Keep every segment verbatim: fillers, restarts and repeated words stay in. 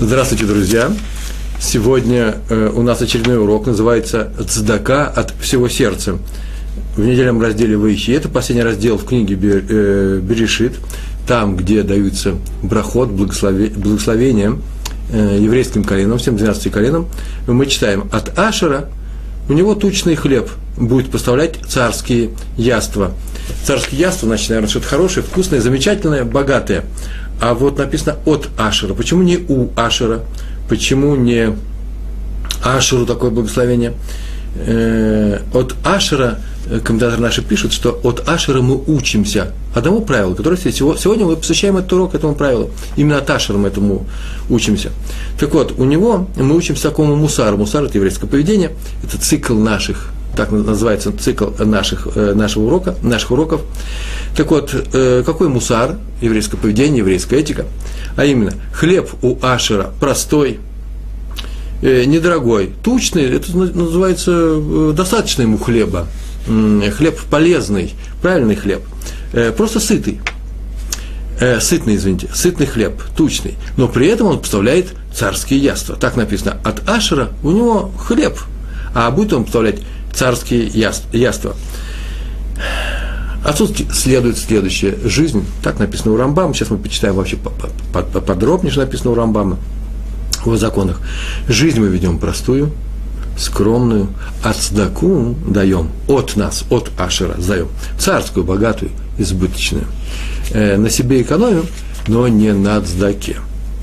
Здравствуйте, друзья! Сегодня э, у нас очередной урок, называется «Цдака от всего сердца». В недельном разделе «Ваихи». Это последний раздел в книге Берешит, там, где даются брахот, благословения э, еврейским коленам, всем двенадцати коленам. Мы читаем: «От Ашера у него тучный хлеб будет поставлять царские яства». Царские яства, значит, наверное, что-то хорошее, вкусное, замечательное, богатое. А вот написано «от Ашера». Почему не «у Ашера»? Почему не Ашеру такое благословение? Э, от Ашера, комментаторы наши пишут, что от Ашера мы учимся одному правилу, которое сегодня мы посвящаем этот урок этому правилу. Именно от Ашера мы этому учимся. Так вот, у него мы учимся такому мусару. Мусар – это еврейское поведение, это цикл наших, так называется цикл наших, нашего урока, наших уроков. Так вот, какой мусар? Еврейское поведение, еврейская этика. А именно, хлеб у Ашера простой, недорогой, тучный, это называется достаточно ему хлеба. Хлеб полезный, правильный хлеб, просто сытый. Сытный, извините, сытный хлеб, тучный. Но при этом он поставляет царские яства. Так написано, от Ашера у него хлеб, а будет он поставлять царские яства. Отсюда следует следующая: жизнь, так написано у Рамбама, сейчас мы почитаем вообще подробнее, что написано у Рамбама в законах. Жизнь мы ведем простую, скромную, а цдаку даем от нас, от Ашера даем, царскую, богатую, избыточную. Э, на себе экономим, но не на цдаке.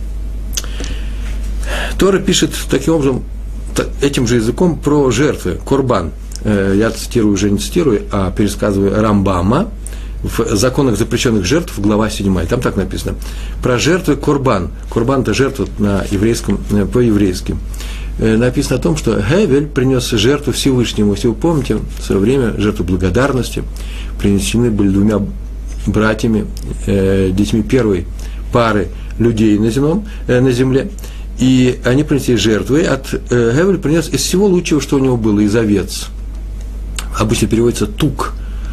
Тора пишет таким образом, этим же языком про жертвы, корбан. Я цитирую, уже не цитирую, а пересказываю Рамбама в законах запрещенных жертв, глава седьмая. Там так написано. Про жертвы корбан. Корбан – это жертва на еврейском, по-еврейски. Написано о том, что Гевель принес жертву Всевышнему. Если вы помните, в свое время жертву благодарности принесены были двумя братьями, детьми первой пары людей на, земном, на земле. И они принесли жертвы. От Гевель принес из всего лучшего, что у него было, из овец. Обычно переводится тук,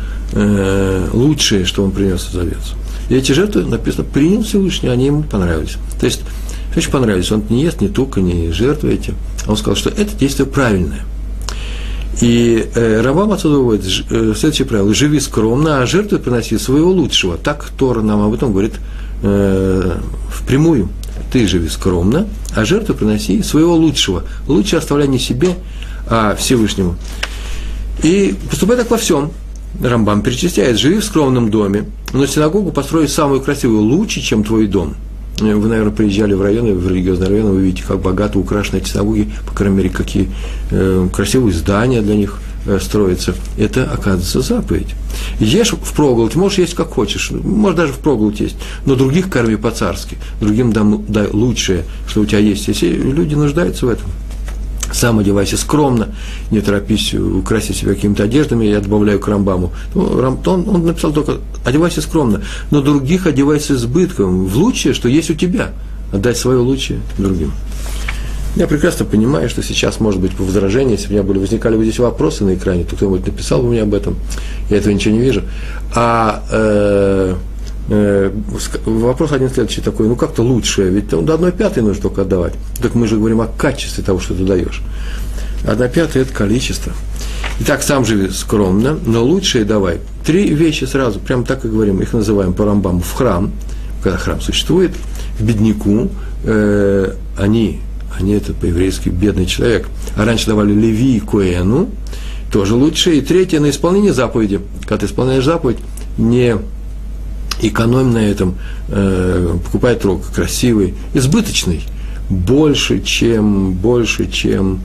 э, лучшее, что он принес из овец. И эти жертвы, написано, принял Всевышний, они ему понравились. То есть, очень понравились. Он не ест ни тука, ни жертвы эти. А он сказал, что это действие правильное. И э, Рамбам отсюда выводит э, следующее правило: живи скромно, а жертвы приноси своего лучшего. Так Тора нам об этом говорит э, впрямую. Ты живи скромно, а жертву приноси своего лучшего. Лучше оставляй не себе, а Всевышнему. И поступай так во всем. Рамбам перечисляет: живи в скромном доме, но синагогу построй самую красивую, лучше, чем твой дом. Вы, наверное, приезжали в районы, в религиозные районы, вы видите, как богато украшены эти синагоги, по крайней мере, какие э, красивые здания для них э, строятся. Это, оказывается, заповедь. Ешь впроголодь, можешь есть как хочешь, можешь даже впроголодь есть, но других корми по-царски, другим дай лучшее, что у тебя есть, если люди нуждаются в этом. Сам одевайся скромно, не торопись украсить себя какими-то одеждами, я добавляю к Рамбаму. Он, он написал только: одевайся скромно, но других одевайся с избытком, в лучшее, что есть у тебя, отдай свое лучшее другим. Я прекрасно понимаю, что сейчас, может быть, по возражению, если у меня были, возникали бы здесь вопросы на экране, то кто-нибудь написал бы мне об этом, я этого ничего не вижу. А э, э, вопрос один следующий такой: ну как-то лучшее, ведь до одной пятой нужно только отдавать. Так мы же говорим о качестве того, что ты даешь. Одна пятая – это количество. Итак, сам живи скромно, но лучшее давай. Три вещи сразу, прямо так и говорим, их называем по Рамбаму: в храм, когда храм существует, бедняку, э, они, они это по-еврейски бедный человек, а раньше давали леви и коэну, тоже лучшее. И третье – на исполнение заповеди. Когда ты исполняешь заповедь, не экономь на этом, э, покупай трог красивый, избыточный, больше, чем, больше, чем,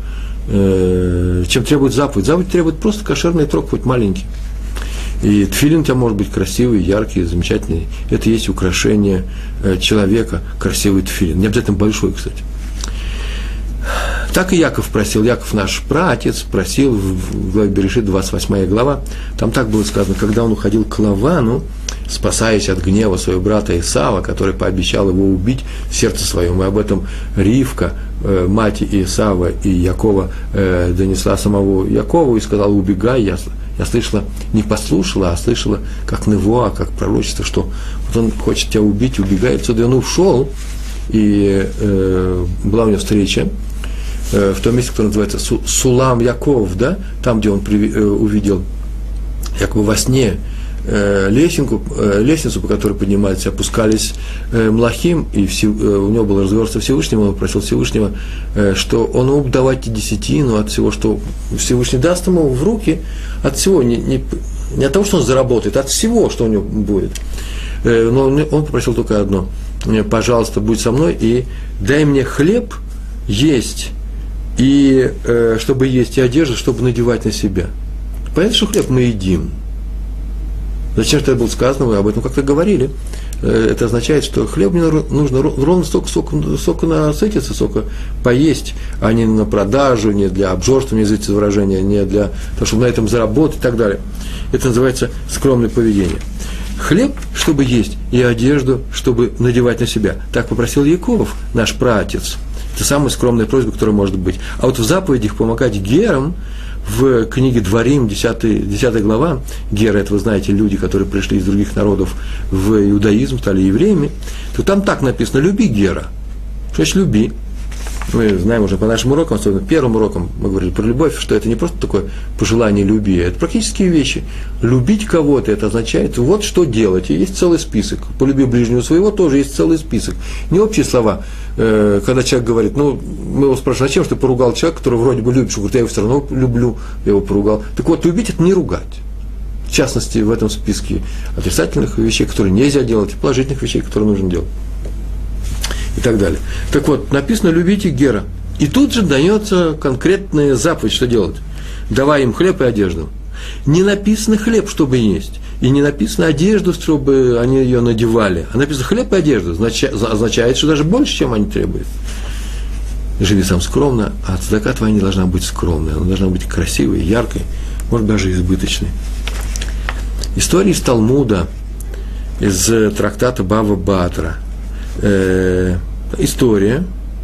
э, чем требует заповедь. Заповедь требует просто кошерный трог, хоть маленький. И тфилин у тебя может быть красивый, яркий, замечательный. Это и есть украшение э, человека, красивый тфилин. Не обязательно большой, кстати. Так и Яков просил, Яков наш праотец просил в главе Берешит, двадцать восьмая глава, там так было сказано: когда он уходил к Лавану, спасаясь от гнева своего брата Исава, который пообещал его убить в сердце своем, и об этом Ривка, э, мать Исава и Якова, э, донесла самого Якову и сказала: убегай, я, я слышала, не послушала, а слышала как невуа, как пророчество, что вот он хочет тебя убить, убегай отсюда, и он ушел. и э, была у него встреча э, в том месте, которое называется Сулам Яков, да, там, где он при, э, увидел якобы во сне э, лесенку, э, лестницу, по которой поднимались, опускались э, млахим, и все, э, у него был разговор со Всевышним, он просил Всевышнего, э, что он мог давать десятину от всего, что Всевышний даст ему в руки, от всего, не, не, не от того, что он заработает, а от всего, что у него будет. Э, но он, он попросил только одно: пожалуйста, будь со мной и дай мне хлеб есть, и э, чтобы есть, и одежду, чтобы надевать на себя. Понятно, что хлеб мы едим. Зачем же это было сказано? Мы об этом как-то говорили. Это означает, что хлеб мне нужно ровно столько, столько, столько насытиться, столько поесть, а не на продажу, не для обжорства, не извините за выражение, не для того, чтобы на этом заработать и так далее. Это называется скромное поведение. Хлеб, чтобы есть, и одежду, чтобы надевать на себя. Так попросил Яков, наш праотец. Это самая скромная просьба, которая может быть. А вот в заповедях помогать герам, в книге Дворим, десятая глава, геры, это вы знаете, люди, которые пришли из других народов в иудаизм, стали евреями, то там так написано: люби гера. Что значит люби? Мы знаем уже по нашим урокам, особенно первым урокам мы говорили про любовь, что это не просто такое пожелание люби, это практические вещи. Любить кого-то, это означает вот что делать. И есть целый список. Полюби ближнего своего, тоже есть целый список. Не общие слова. Когда человек говорит, ну, мы его спрашиваем, зачем, что ты поругал человека, которого вроде бы любишь? Он говорит, я его все равно люблю, я его поругал. Так вот, любить – это не ругать. В частности, в этом списке отрицательных вещей, которые нельзя делать, и положительных вещей, которые нужно делать. И так далее. Так вот, написано «любите гера». И тут же дается конкретная заповедь, что делать. Давай им хлеб и одежду. Не написано хлеб, чтобы есть. И не написано одежду, чтобы они ее надевали. А написано хлеб и одежду. Означает, что даже больше, чем они требуют. Живи сам скромно, а цедака твоя не должна быть скромной. Она должна быть красивой, яркой, может, даже избыточной. История из Талмуда, из трактата Бава Батра. Э, история,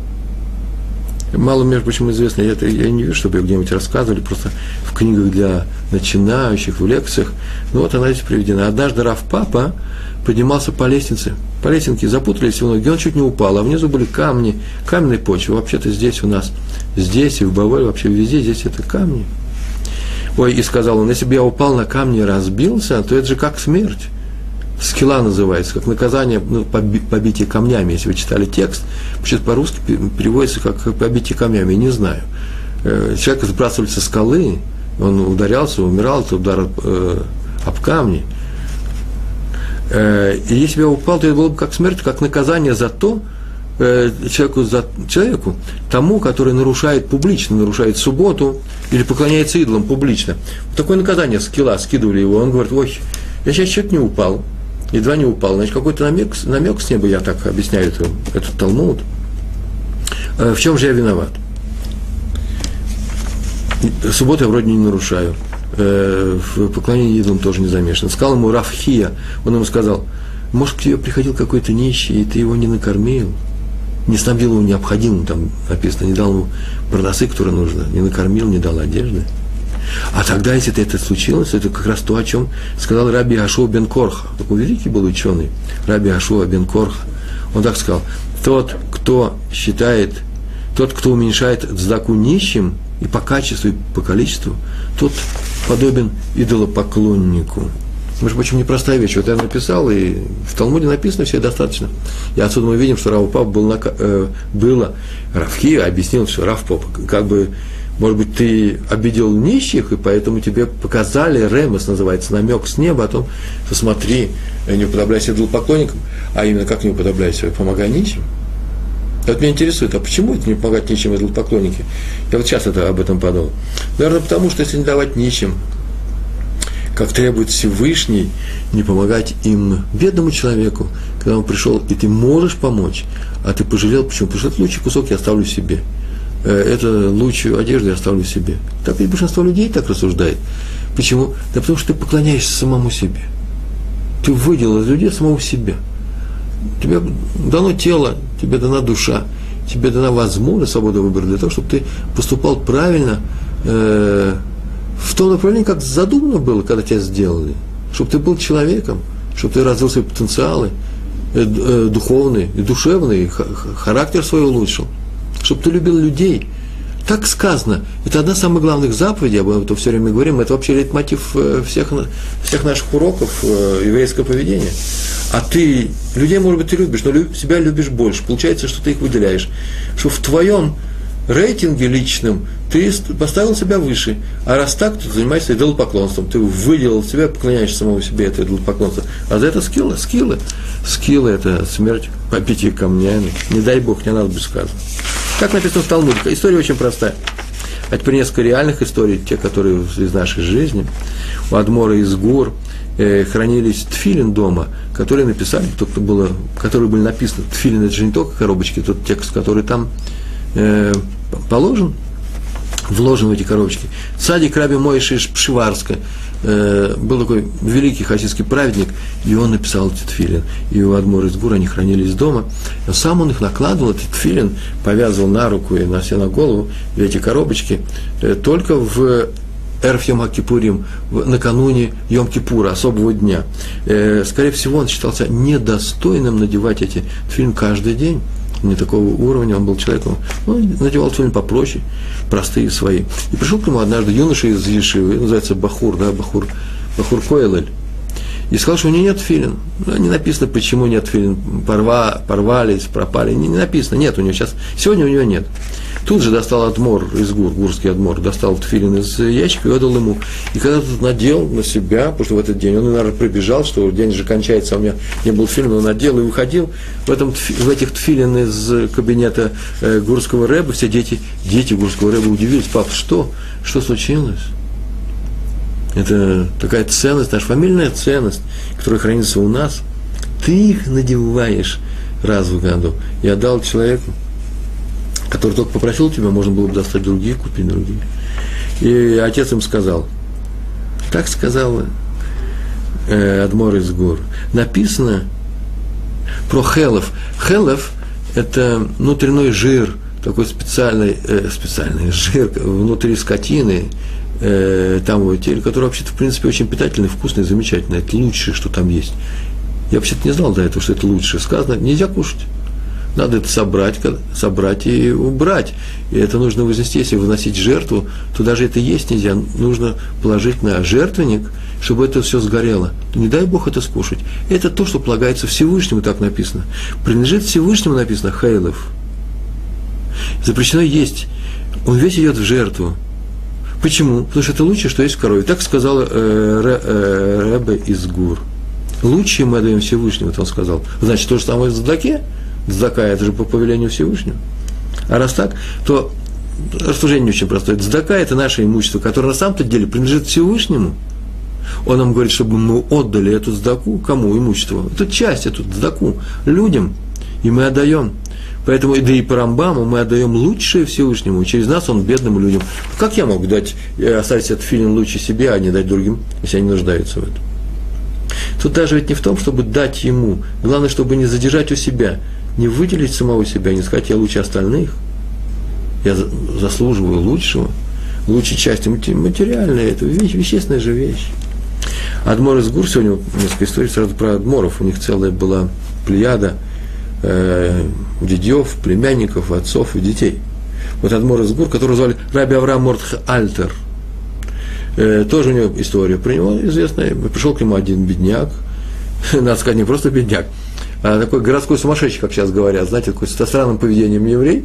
мало, между прочим, известна, я, это, я не вижу, чтобы ее где-нибудь рассказывали, просто в книгах для начинающих, в лекциях. Ну вот она здесь приведена. Однажды Рав Папа поднимался по лестнице, по лесенке, запутались его ноги, он чуть не упал, а внизу были камни, каменные почвы. Вообще-то здесь у нас, здесь и в Бавеле, вообще везде здесь это камни. Ой, и сказал он, если бы я упал на камни и разбился, то это же как смерть. Скила называется, как наказание, ну, поби, побитие камнями, если вы читали текст, почему-то по-русски переводится как побитие камнями, не знаю. Человек сбрасывали со скалы, он ударялся, умирал от удара э, об камни. Э, и если бы я упал, то это было бы как смерть, как наказание за то, э, человеку, за, человеку, тому, который нарушает публично, нарушает субботу или поклоняется идолам публично. Вот такое наказание, скила, скидывали его, он говорит, ой, я сейчас чуть не упал. Едва не упал. Значит, какой-то намек, намек с неба, я так объясняю эту, этот Талмуд. В чем же я виноват? Субботу я вроде не нарушаю. В поклонении идолам тоже не замешан. Сказал ему Рав Хия, он ему сказал, может, к тебе приходил какой-то нищий, и ты его не накормил, не снабдил его необходимым, там написано, не дал ему продасы, которые нужно, не накормил, не дал одежды. А тогда, если это случилось, это как раз то, о чем сказал Раби Ашуа бен Корха. Такой великий был ученый, Раби Ашуа бен Корха. Он так сказал, тот, кто считает, тот, кто уменьшает цдаку нищим, и по качеству, и по количеству, тот подобен идолопоклоннику. Между прочим, непростая вещь. Вот я написал, и в Талмуде написано все достаточно. И отсюда мы видим, что Рав Папа был, на, э, было, Рав Хия объяснил, что Рав Папа, как бы, может быть, ты обидел нищих, и поэтому тебе показали, ремес называется, намек с неба о том, что смотри, не уподобляйся идолопоклонникам, а именно как не уподобляйся, помогай нищим. И вот меня интересует, а почему это не помогать нищим идолопоклонники? Я вот сейчас это, об этом подумал. Наверное, потому что если не давать нищим, как требует Всевышний, не помогать им, бедному человеку, когда он пришел, и ты можешь помочь, а ты пожалел, почему? Потому что этот лучший кусок я оставлю себе. Это лучшую одежду я оставлю себе. Так ведь большинство людей так рассуждает. Почему? Да потому что ты поклоняешься самому себе. Ты выделил из людей самого себя. Тебе дано тело, тебе дана душа, тебе дана возможность, свобода выбора для того, чтобы ты поступал правильно э, в том направлении, как задумано было, когда тебя сделали. Чтобы ты был человеком, чтобы ты развил свои потенциалы. духовный, душевный, характер свой улучшил, чтобы ты любил людей. Так сказано. Это одна из самых главных заповедей, об этом все время говорим, это вообще лейтмотив всех, всех наших уроков еврейского поведения. А ты, людей, может быть, ты любишь, но себя любишь больше. Получается, что ты их выделяешь. Что в твоем рейтинге личном ты поставил себя выше. А раз так, то ты занимаешься идолопоклонством. Ты выделил себя, поклоняешься самому себе, это идолопоклонство. А за это скиллы, скиллы. Скиллы – это смерть по пяти камням. Не дай Бог, не надо быть сказано. Как написано в Талмуде, история очень простая. А теперь несколько реальных историй, те, которые из нашей жизни. У Адмора из Гур э, хранились тфилин дома, которые написали, только было, которые были написаны. Тфилин – это же не только коробочки, тот текст, который там э, положен, вложен в эти коробочки. Цадик Раби Мойши из Пшиварска, э, был такой великий хасидский праведник, и он написал эти тфилин. И у Адмора из Гур они хранились дома. Но сам он их накладывал, этот тфилин, повязывал на руку и на все на голову, в эти коробочки, э, только в Эрф Йом ха-Кипурим, накануне Йом-Кипура, особого дня. Э, скорее всего, он считался недостойным надевать эти тфилин каждый день. Не такого уровня, он был человеком, он надевал тфилин попроще, простые свои. И пришел к нему однажды юноша из Ешивы, называется Бахур, да, Бахур, Бахур Коэлель, и сказал, что у него нет тфилин. Ну, не написано, почему нет тфилин, Порва, порвались, пропали, не, не написано, нет у него сейчас, сегодня у него нет. Тут же достал Адмор из Гур, гурский Адмор, достал тфилин из ящика и отдал ему. И когда тот надел на себя, потому что в этот день он, наверное, прибежал, что день же кончается, а у меня не был тфилин, он надел и уходил. В, этом, в этих тфилин из кабинета э, гурского рэба все дети, дети гурского рэба удивились: пап, что? Что случилось? Это такая ценность, наша фамильная ценность, которая хранится у нас. Ты их надеваешь раз в году и отдал человеку, который только попросил тебя, можно было бы достать другие, купить другие. И отец им сказал, так сказал э, Адмор из Гур, написано про хелев. Хелев – это внутренний жир, такой специальный, э, специальный жир внутри скотины, э, там его теле, который вообще-то, в принципе, очень питательный, вкусный, замечательный. Это лучшее, что там есть. Я вообще-то не знал до этого, что это лучшее. Сказано, нельзя кушать. Надо это собрать, собрать и убрать. И это нужно вознести. Если выносить жертву, то даже это есть нельзя. Нужно положить на жертвенник, чтобы это все сгорело. Не дай Бог это скушать. Это то, что полагается Всевышнему, так написано. Принадлежит Всевышнему, написано, хейлов. Запрещено есть. Он весь идет в жертву. Почему? Потому что это лучшее, что есть в корове. Так сказал э, э, Ребе из Гур. Лучшее мы отдаем Всевышнему, это он сказал. Значит, то же самое в Цдаке. Цдака – это же по повелению Всевышнего. А раз так, то рассуждение очень простое. Цдака – это наше имущество, которое на самом-то деле принадлежит Всевышнему. Он нам говорит, чтобы мы отдали эту цдаку, кому имущество? Эту часть, эту цдаку людям, и мы отдаем. Поэтому, да и по Рамбаму мы отдаем лучшее Всевышнему, и через нас он бедным людям. Как я могу дать, оставить этот филин лучше себе, а не дать другим, если они нуждаются в этом? Тут даже ведь не в том, чтобы дать ему. Главное, чтобы не задержать у себя, не выделить самого себя, не сказать, я лучше остальных, я заслуживаю лучшего, лучшей части материальной, это вещь, вещественная же вещь. Адмор из Гур, сегодня несколько историй сразу про адморов, у них целая была плеяда э, дедьев, племянников, отцов и детей. Вот Адмор из Гур, которого звали Раби Авраам Мордхай Альтер, э, тоже у него история про него известная, пришел к нему один бедняк, надо сказать, не просто бедняк, а такой городской сумасшедший, как сейчас говорят, знаете, такой со странным поведением еврей.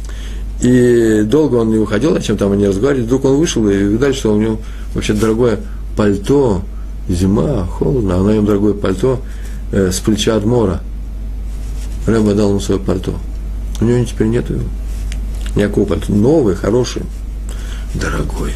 И долго он не уходил, о чем там они разговаривали. Вдруг он вышел, и видали, что у него вообще дорогое пальто, зима, холодно, а на нем дорогое пальто э, с плеча Адмора. Ребе дал ему свое пальто. У него теперь нет его. Никакого пальто. Новое, хорошее, дорогое.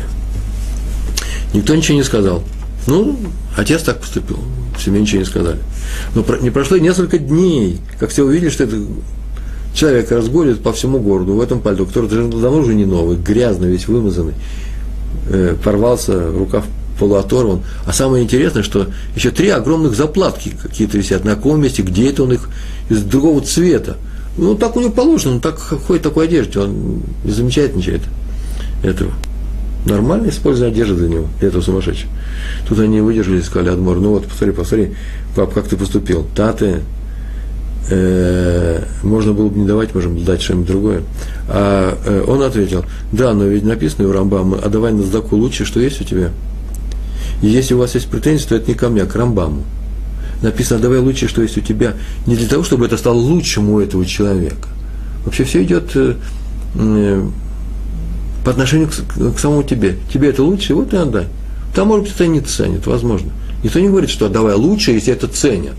Никто ничего не сказал. Ну, отец так поступил, семье ничего не сказали. Но не прошло несколько дней, как все увидели, что это человек разгуливает по всему городу в этом пальто, который давно уже не новый, грязный, весь вымазанный, э, порвался, рукав полуоторван. А самое интересное, что еще три огромных заплатки какие-то висят. На каком месте, где это он их, из другого цвета. Ну, так у него положено, он так ходит в такой одежде, он не замечает ничего этого. Нормально использовать одежду для него, для этого сумасшедшего. Тут они не выдержали и сказали Адмор, ну вот, посмотри, посмотри, пап, как ты поступил. Таты, э, можно было бы не давать, можем дать что-нибудь другое. А э, он ответил, да, но ведь написано у Рамбама, а давай на сдаку лучше, что есть у тебя. И если у вас есть претензии, то это не ко мне, а к Рамбаму. Написано, давай лучше, что есть у тебя, не для того, чтобы это стало лучшим у этого человека. Вообще все идет э, э, по отношению к, к самому тебе. Тебе это лучше, вот и отдай. Там, может быть, это не ценят, возможно. Никто не говорит, что давай лучше, если это ценят.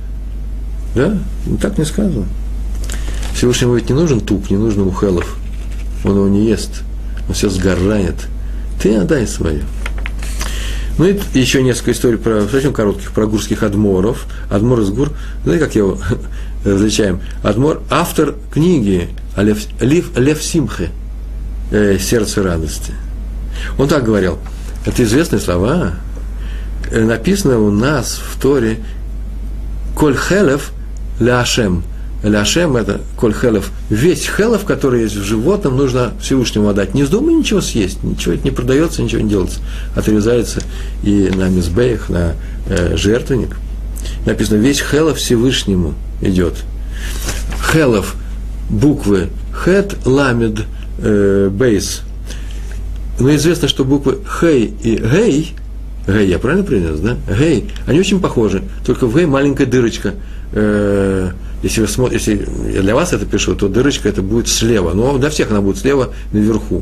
Да? Так не сказано. Всевышнему ведь не нужен туп, не нужен ухелов. Он его не ест. Он все сгорает. Ты отдай свое. Ну и еще несколько историй про, совсем коротких, про гурских адморов. Адмор из гур, знаете, как его различаем? Адмор – автор книги Лев, Лев, Лев Симхе э, «Сердце радости». Он так говорил, это известные слова, э, написано у нас в Торе «Коль хелев ля Ашем». Ля Ашем – это «Коль хелев». Весь хелев, который есть в животном, нужно Всевышнему отдать. Не вздумай ничего съесть, ничего это не продается, ничего не делается. Отрезается и на мизбеях, на э, жертвенник. Написано, весь хелев Всевышнему идет. Хелев, буквы хет, ламед, э, бейс. Но известно, что буквы хей и гей, гей, я правильно произнес, да? Гей, они очень похожи, только в гей маленькая дырочка. Э, Если вы смотрите, если я для вас это пишу, то дырочка это будет слева. Но для всех она будет слева, наверху.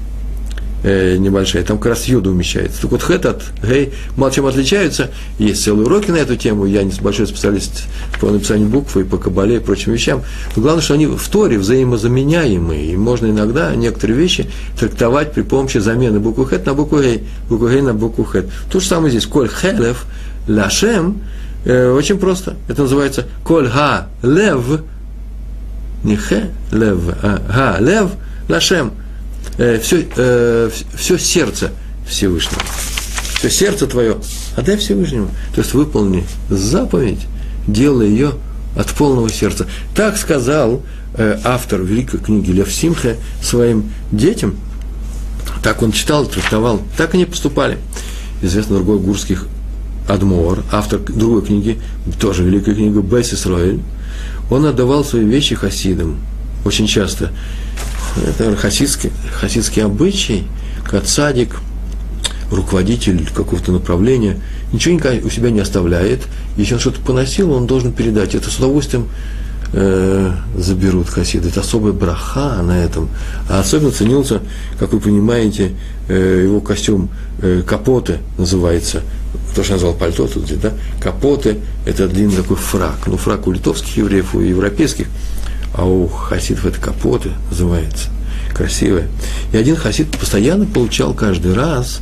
Э, небольшая. Там как раз юда умещается. Так вот, хэт от гей мало чем отличаются. Есть целые уроки на эту тему. Я не большой специалист по написанию букв и по кабале и прочим вещам. Но главное, что они в Торе взаимозаменяемые. И можно иногда некоторые вещи трактовать при помощи замены буквы хэт на букву гей, букву гей на букву хэт. То же самое здесь. Коль хелев ляшем. Очень просто. Это называется «Коль ха лев», не «хе лев», а «ха лев лашем». Все, все сердце Всевышнего. Все сердце твое отдай Всевышнему. То есть выполни заповедь, делай ее от полного сердца. Так сказал автор великой книги Лев Симхе своим детям. Так он читал, трактовал. Так они поступали. Известно другой гурских Адмор, автор другой книги, тоже великой книги, Бейс Исроэль, он отдавал свои вещи хасидам. Очень часто. Это хасидский, хасидский обычай, когда цадик, руководитель какого-то направления, ничего у себя не оставляет. Если он что-то поносил, он должен передать. Это с удовольствием э, заберут хасиды. Это особая браха на этом. А особенно ценился, как вы понимаете, э, его костюм э, капоты называется. То, что я назвал пальто тут здесь, да, капоты – это длинный такой фрак. Ну, фрак у литовских евреев, у европейских, а у хасидов это капоты называется, красивые. И один хасид постоянно получал каждый раз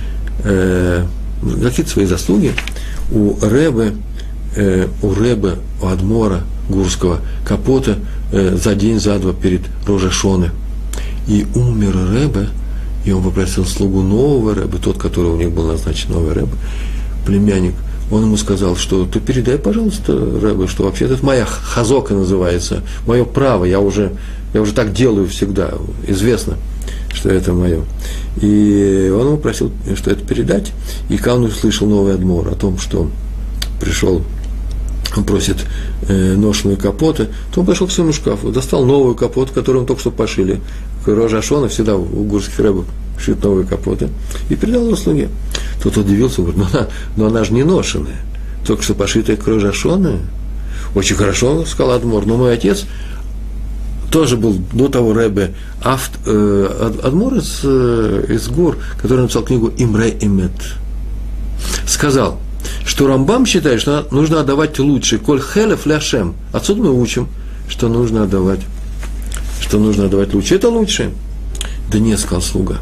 э, какие-то свои заслуги у Ребе, э, у Ребе, у Адмора Гурского капота э, за день, за два перед Рош ха-Шана. И умер Ребе, и он попросил слугу нового Ребе, тот, который у них был назначен новый Ребе, племянник, он ему сказал, что ты передай, пожалуйста, Ребе, что вообще-то это моя хазока называется, мое право, я уже, я уже так делаю всегда, известно, что это мое. И он ему просил, что это передать, и когда он услышал новый адмор о том, что пришел, он просит э, ношеные капоты, то он пошел к своему шкафу, достал новую капоту, которую он только что пошили. Рош ха-Шана всегда у гурских рэбов шьют новые капоты, и передал его слуге. Тот удивился, говорит, но она, но она же не ношеная, только что пошитая к Рош ха-Шана. Очень хорошо, сказал адмор, но мой отец тоже был до того рэбе авт, э, адмор из, э, из гор, который написал книгу «Имре Эмет». Сказал, что Рамбам считает, что нужно отдавать лучше, коль хелев ляшем. Отсюда мы учим, что нужно отдавать, что нужно отдавать лучше. Это лучше. Да нет, сказал слуга.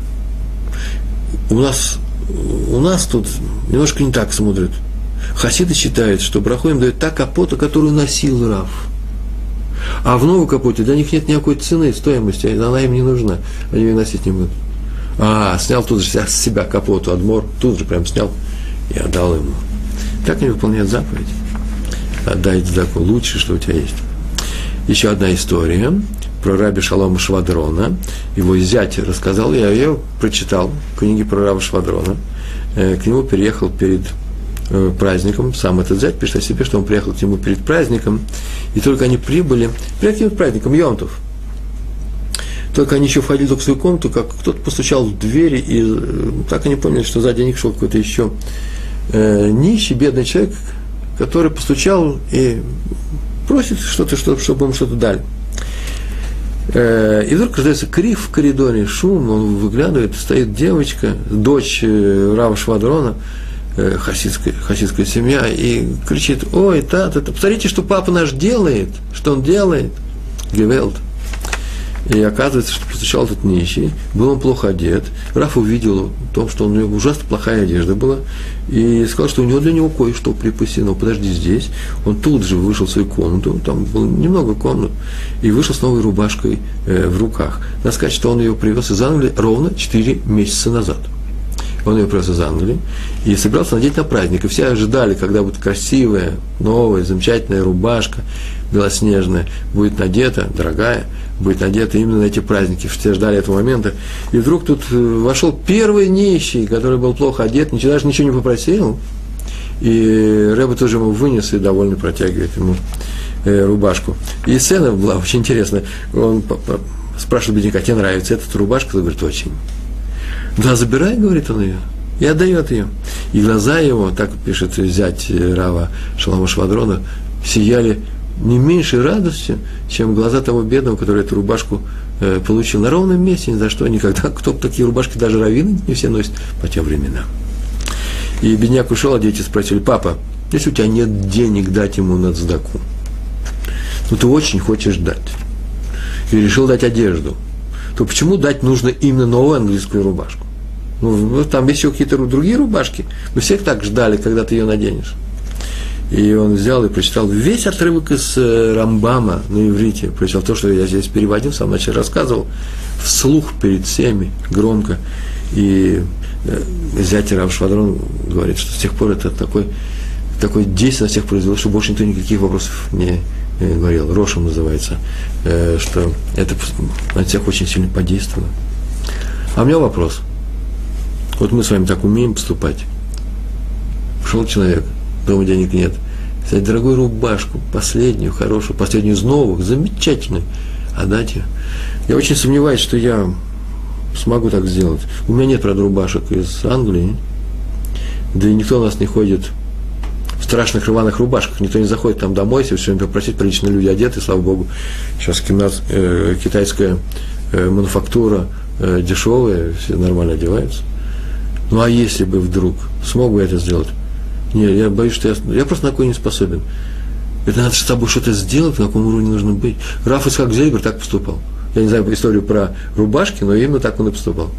У нас, у нас тут немножко не так смотрят. Хасиды считают, что браху им дают та капота, которую носил Рав. А в новой капоте для них нет никакой цены, стоимости, она им не нужна. Они ее носить не будут. А, снял тут же с себя капоту, адмор, тут же прям снял и отдал ему. Так не выполняют заповедь. Отдай цдаку лучше, что у тебя есть. Еще одна история про раби Шалома Швадрона. Его зять рассказал, я ее прочитал, книги про раба Швадрона. К нему переехал перед э, праздником, сам этот зять пишет о себе, что он приехал к нему перед праздником, и только они прибыли, перед каким праздником, Йом-Тов, только они еще входили только в свою комнату, как кто-то постучал в двери, и э, так они поняли, что сзади них шел какой-то еще э, нищий, бедный человек, который постучал и просит что-то, чтобы ему что-то дали. И вдруг раздается крик в коридоре, шум, он выглядывает, стоит девочка, дочь Рава Швадрона, хасидская, хасидская семья, и кричит: ой, тата, посмотрите, что папа наш делает, что он делает, Гевелт. И оказывается, что постучал этот нищий, был он плохо одет, Раф увидел то, что у него ужасно плохая одежда была, и сказал, что у него для него кое-что припасено, подожди здесь. Он тут же вышел в свою комнату, там было немного комнат, и вышел с новой рубашкой э, в руках. Надо сказать, что он ее привез из Англии ровно четыре месяца назад. Он ее привез из Англии и собирался надеть на праздник. И все ожидали, когда будет красивая, новая, замечательная рубашка, белоснежная, будет надета, дорогая, будет надета именно на эти праздники. Все ждали этого момента. И вдруг тут вошел первый нищий, который был плохо одет, ничего, даже ничего не попросил. И Ребе тоже ему вынес и довольно протягивает ему э, рубашку. И сцена была очень интересная. Он спрашивает бедняка: тебе нравится эта рубашка? Он говорит: очень. Да, забирай, говорит он ее, и отдает ее. И глаза его, так пишет зять Рава Шоломо Швадрона, сияли не меньшей радостью, чем глаза того бедного, который эту рубашку э, получил на ровном месте, ни за что, никогда. Кто такие рубашки, даже раввины не все носят по тем временам. И бедняк ушел, а дети спросили: папа, если у тебя нет денег дать ему на цдаку, но ты очень хочешь дать, и решил дать одежду, то почему дать нужно именно новую английскую рубашку? Ну, там есть еще какие-то другие рубашки. Мы всех так ждали, когда ты ее наденешь. И он взял и прочитал весь отрывок из Рамбама на иврите. Прочитал то, что я здесь переводил, в самом начале рассказывал, вслух перед всеми, громко. И зять Рав Швадрон говорит, что с тех пор это такой, такое действие на всех произвело, что больше никто никаких вопросов не говорил. Рошем называется, что это на всех очень сильно подействовало. А у меня вопрос. Вот мы с вами так умеем поступать. Пришел человек, дома денег нет, взять дорогую рубашку, последнюю, хорошую, последнюю из новых, замечательную, отдать ее. Я очень сомневаюсь, что я смогу так сделать. У меня нет, правда, рубашек из Англии, да и никто у нас не ходит в страшных рваных рубашках, никто не заходит там домой, если все время попросить, приличные люди одеты, слава Богу. Сейчас кимнат, э, китайская э, мануфактура э, дешевая, все нормально одеваются. Ну а если бы вдруг, смог бы я это сделать? Нет, я боюсь, что я, я просто на такое не способен. Это надо с тобой что-то сделать, на каком уровне нужно быть. Раф Ицхак Зейбер так поступал. Я не знаю историю про рубашки, но именно так он и поступал.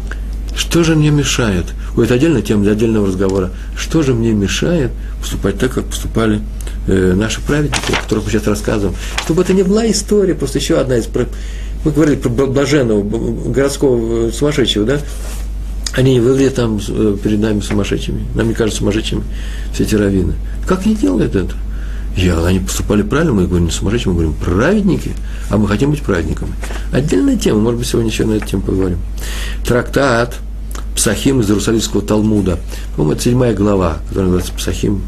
Что же мне мешает? Ой, это отдельная тема для отдельного разговора. Что же мне мешает поступать так, как поступали э, наши праведники, о которых мы сейчас рассказываем? Чтобы это не была история, просто еще одна из... Мы говорили про блаженного, городского сумасшедшего, да? Они выглядят там перед нами сумасшедшими. Нам не кажутся сумасшедшими все эти раввины. Как они делают это? Я, они поступали правильно, мы говорим не сумасшедшие, мы говорим праведники, а мы хотим быть праведниками. Отдельная тема, может быть, сегодня еще на эту тему поговорим. Трактат Псахим из Иерусалимского Талмуда. По-моему, это седьмая глава, которая называется Псахим.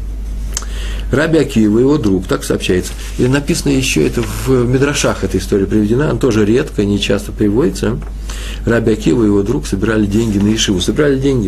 Раби Акива, его друг, так сообщается. И написано еще это в Мидрашах, эта история приведена, она тоже редко, не часто приводится. Раби Акива и его друг собирали деньги на Ешиву, собирали деньги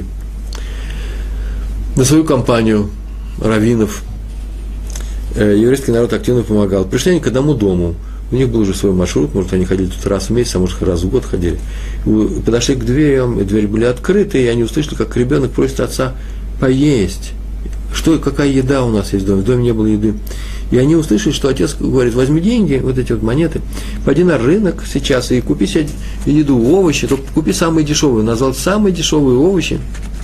на свою компанию раввинов. Еврейский народ активно помогал. Пришли они к одному дому, у них был уже свой маршрут, может, они ходили тут раз в месяц, а может, раз в год ходили. И подошли к дверям, и двери были открыты, и они услышали, как ребенок просит отца поесть. Что, какая еда у нас есть в доме? В доме не было еды. И они услышали, что отец говорит: возьми деньги, вот эти вот монеты, пойди на рынок сейчас и купи себе еду, овощи, только купи самые дешевые. Назвал самые дешевые овощи.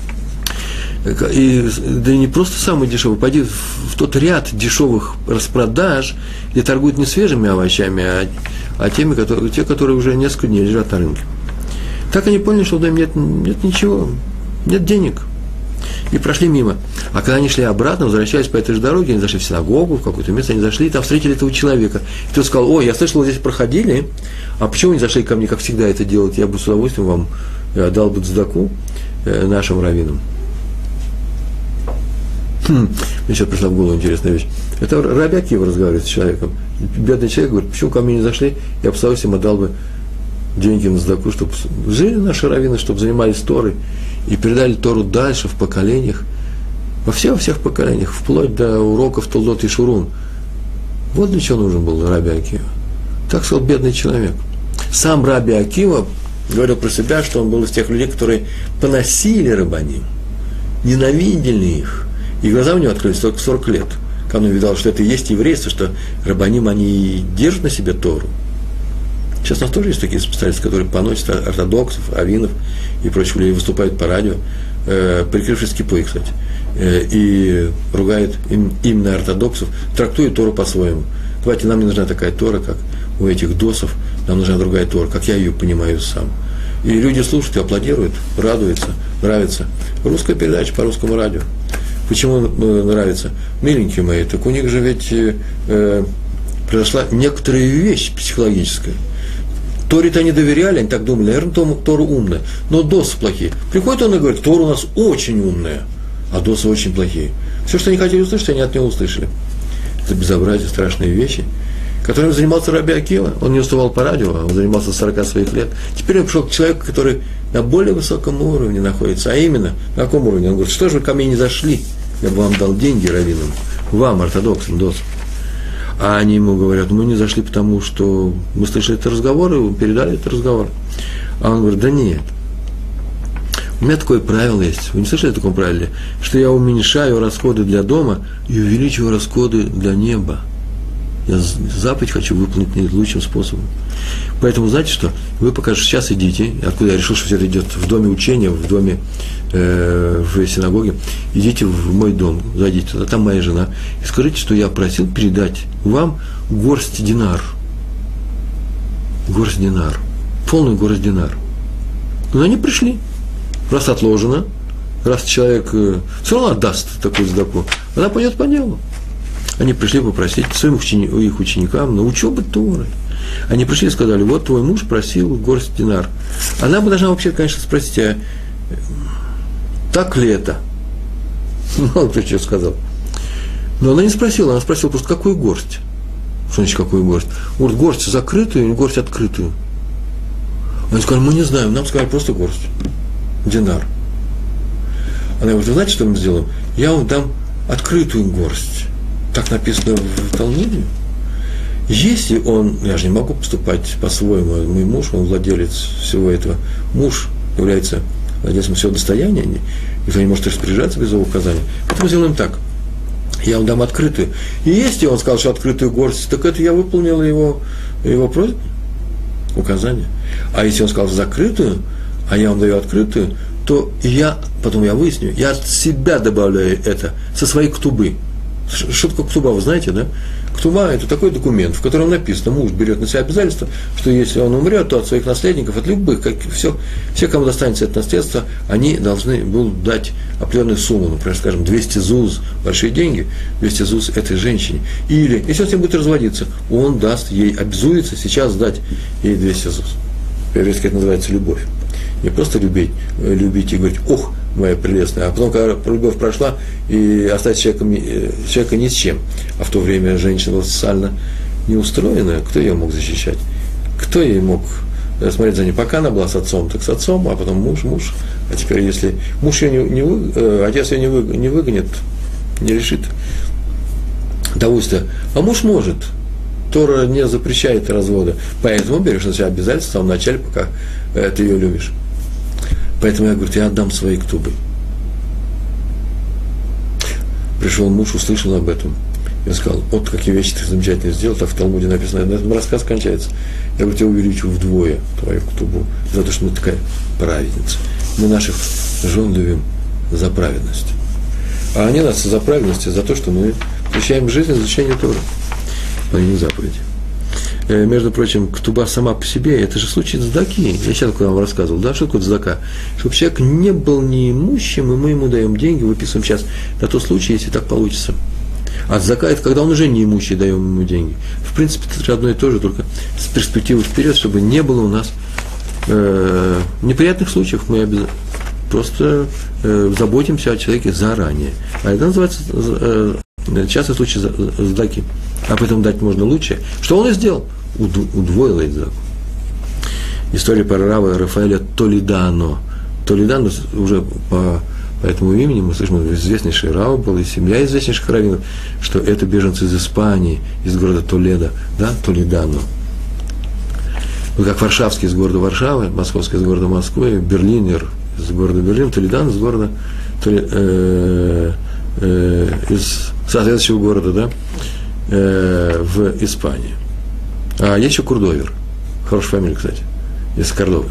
И, да и не просто самые дешевые, пойди в, в тот ряд дешевых распродаж, где торгуют не свежими овощами, а, а теми, которые, те, которые уже несколько дней лежат на рынке. Так они поняли, что в доме нет, нет ничего, нет денег. И прошли мимо. А когда они шли обратно, возвращались по этой же дороге, они зашли в синагогу, в какое-то место, они зашли, и там встретили этого человека. И тот сказал: ой, я слышал, вы здесь проходили, а почему вы не зашли ко мне, как всегда это делать? Я бы с удовольствием вам дал бы цдаку нашим раввинам. Хм, мне сейчас пришла в голову интересная вещь. Это Раби Акива разговаривает с человеком. Бедный человек говорит, почему ко мне не зашли, я бы с удовольствием отдал бы деньги на сдаку, чтобы жили наши раввины, чтобы занимались Торой и передали Тору дальше в поколениях, во всех, во всех поколениях, вплоть до уроков Толдот и Шурун. Вот для чего нужен был Раби Акива. Так сказал бедный человек. Сам Раби Акива говорил про себя, что он был из тех людей, которые поносили рабаним, ненавидели их. И глаза у него открылись только в сорок лет, когда он видал, что это и есть еврейство, что рабаним, они держат на себе Тору. Сейчас у нас тоже есть такие специалисты, которые поносят ортодоксов, раввинов и прочих людей, выступают по радио, э, прикрывшись кипой, кстати, э, и ругают им, именно ортодоксов, трактуют Тору по-своему. Давайте, нам не нужна такая Тора, как у этих досов, нам нужна другая Тора, как я ее понимаю сам. И люди слушают и аплодируют, радуются, нравится. Русская передача по русскому радио. Почему нравится? Миленькие мои, так у них же ведь э, произошла некоторая вещь психологическая. Торе-то они доверяли, они так думали, наверное, Тора умная, но досы плохие. Приходит он и говорит, Тора у нас очень умная, а досы очень плохие. Все, что они хотели услышать, они от него услышали. Это безобразие, страшные вещи, которым занимался Раби Акива. Он не уставал по радио, он занимался с сорока своих лет. Теперь он пришел к человеку, который на более высоком уровне находится, а именно, на каком уровне? Он говорит, что же вы ко мне не зашли? Я бы вам дал деньги раввинам, вам, ортодоксам, досам. А они ему говорят, мы не зашли, потому что мы слышали этот разговор, и передали этот разговор. А он говорит, да нет. У меня такое правило есть, вы не слышали о таком правиле, что я уменьшаю расходы для дома и увеличиваю расходы для неба. Я заповедь хочу выполнить наилучшим способом. Поэтому, знаете что, вы пока сейчас идите, откуда я решил, что все это идет в доме учения, в доме, э, в синагоге, идите в мой дом, зайдите туда, там моя жена, и скажите, что я просил передать вам горсть динар. Горсть динар. Полную горсть динар. Но они пришли. Раз отложено, раз человек э, все равно отдаст такую сдаку, она пойдет по делу. Они пришли попросить своим ученикам, их ученикам на учебу Торы. Они пришли и сказали, вот твой муж просил горсть динар. Она бы должна вообще, конечно, спросить, а так ли это? Мало кто что сказал. Но она не спросила, она спросила просто, какую горсть? Что значит, какую горсть? Говорит, горсть закрытую или горсть открытую? Они сказали, мы не знаем, нам сказали просто горсть. Динар. Она говорит, вы знаете, что мы сделаем? Я вам дам открытую горсть. Так написано в Талмуде. Если он, я же не могу поступать по-своему, мой муж, он владелец всего этого, муж является владельцем всего достояния, никто не может распоряжаться без его указания. Поэтому сделаем так. Я вам дам открытую. И если он сказал, что открытую горсть, так это я выполнил его, его просьбу, указание. А если он сказал закрытую, а я вам даю открытую, то я, потом я выясню, я от себя добавляю это, со своей ктубы. Что такое ктуба, вы знаете, да? Ктуба – это такой документ, в котором написано, муж берет на себя обязательство, что если он умрет, то от своих наследников, от любых, как, все, все, кому достанется это наследство, они должны будут дать определенную сумму, например, скажем, двести зуз, большие деньги, двести зуз этой женщине. Или, если он с ним будет разводиться, он даст ей, обязуется сейчас дать ей двести зуз. По-еврейски это называется любовь. Не просто любить, любить и говорить, ох, моя прелестная, а потом, когда любовь прошла, и оставить человека, человека ни с чем. А в то время женщина была социально неустроенная, кто ее мог защищать? Кто ей мог смотреть за ней? Пока она была с отцом, так с отцом, а потом муж, муж. А теперь, если муж ее не, не вы, отец ее не, вы, не выгонит, не решит удовольствие, а муж может. Тора не запрещает развода. Поэтому берешь на себя обязательства в самом начале, пока ты ее любишь. Поэтому я говорю, я отдам свои ктубы. Пришел муж, услышал об этом. Я сказал, вот какие вещи ты замечательно сделал, так в Талмуде написано. На этом рассказ кончается. Я говорю, я увеличу вдвое твою ктубу, за то, что мы такая праведница. Мы наших жен любим за праведность. А они нас за праведность, за то, что мы посвящаем жизнь изучению Торы. Выполнение заповеди. Э, между прочим, ктуба сама по себе, это же случай цдаки. Я сейчас вам рассказывал, да, что такое цдака? Чтобы человек не был неимущим, и мы ему даем деньги, выписываем сейчас на тот случай, если так получится. А цдака – это когда он уже неимущий, даем ему деньги. В принципе, это же одно и то же, только с перспективой вперед, чтобы не было у нас э, неприятных случаев. Мы обязательно просто э, заботимся о человеке заранее. А это называется э, частный случай сдаки. А поэтому дать можно лучше. Что он и сделал? Удвоил этот закон. История про раба Рафаэля Толедано. Толедано уже по, по этому имени мы слышим, известнейший рав был, и семья известнейших раввинов, что это беженцы из Испании, из города Толедо, да, Толедано. Ну, как Варшавский из города Варшавы, Московский из города Москвы, Берлинер из города Берлин, Толедано из города, Толе, э, э, из соответствующего города, да, э, в Испании. А есть еще Курдовер, хорошая фамилия, кстати, из Кордовы.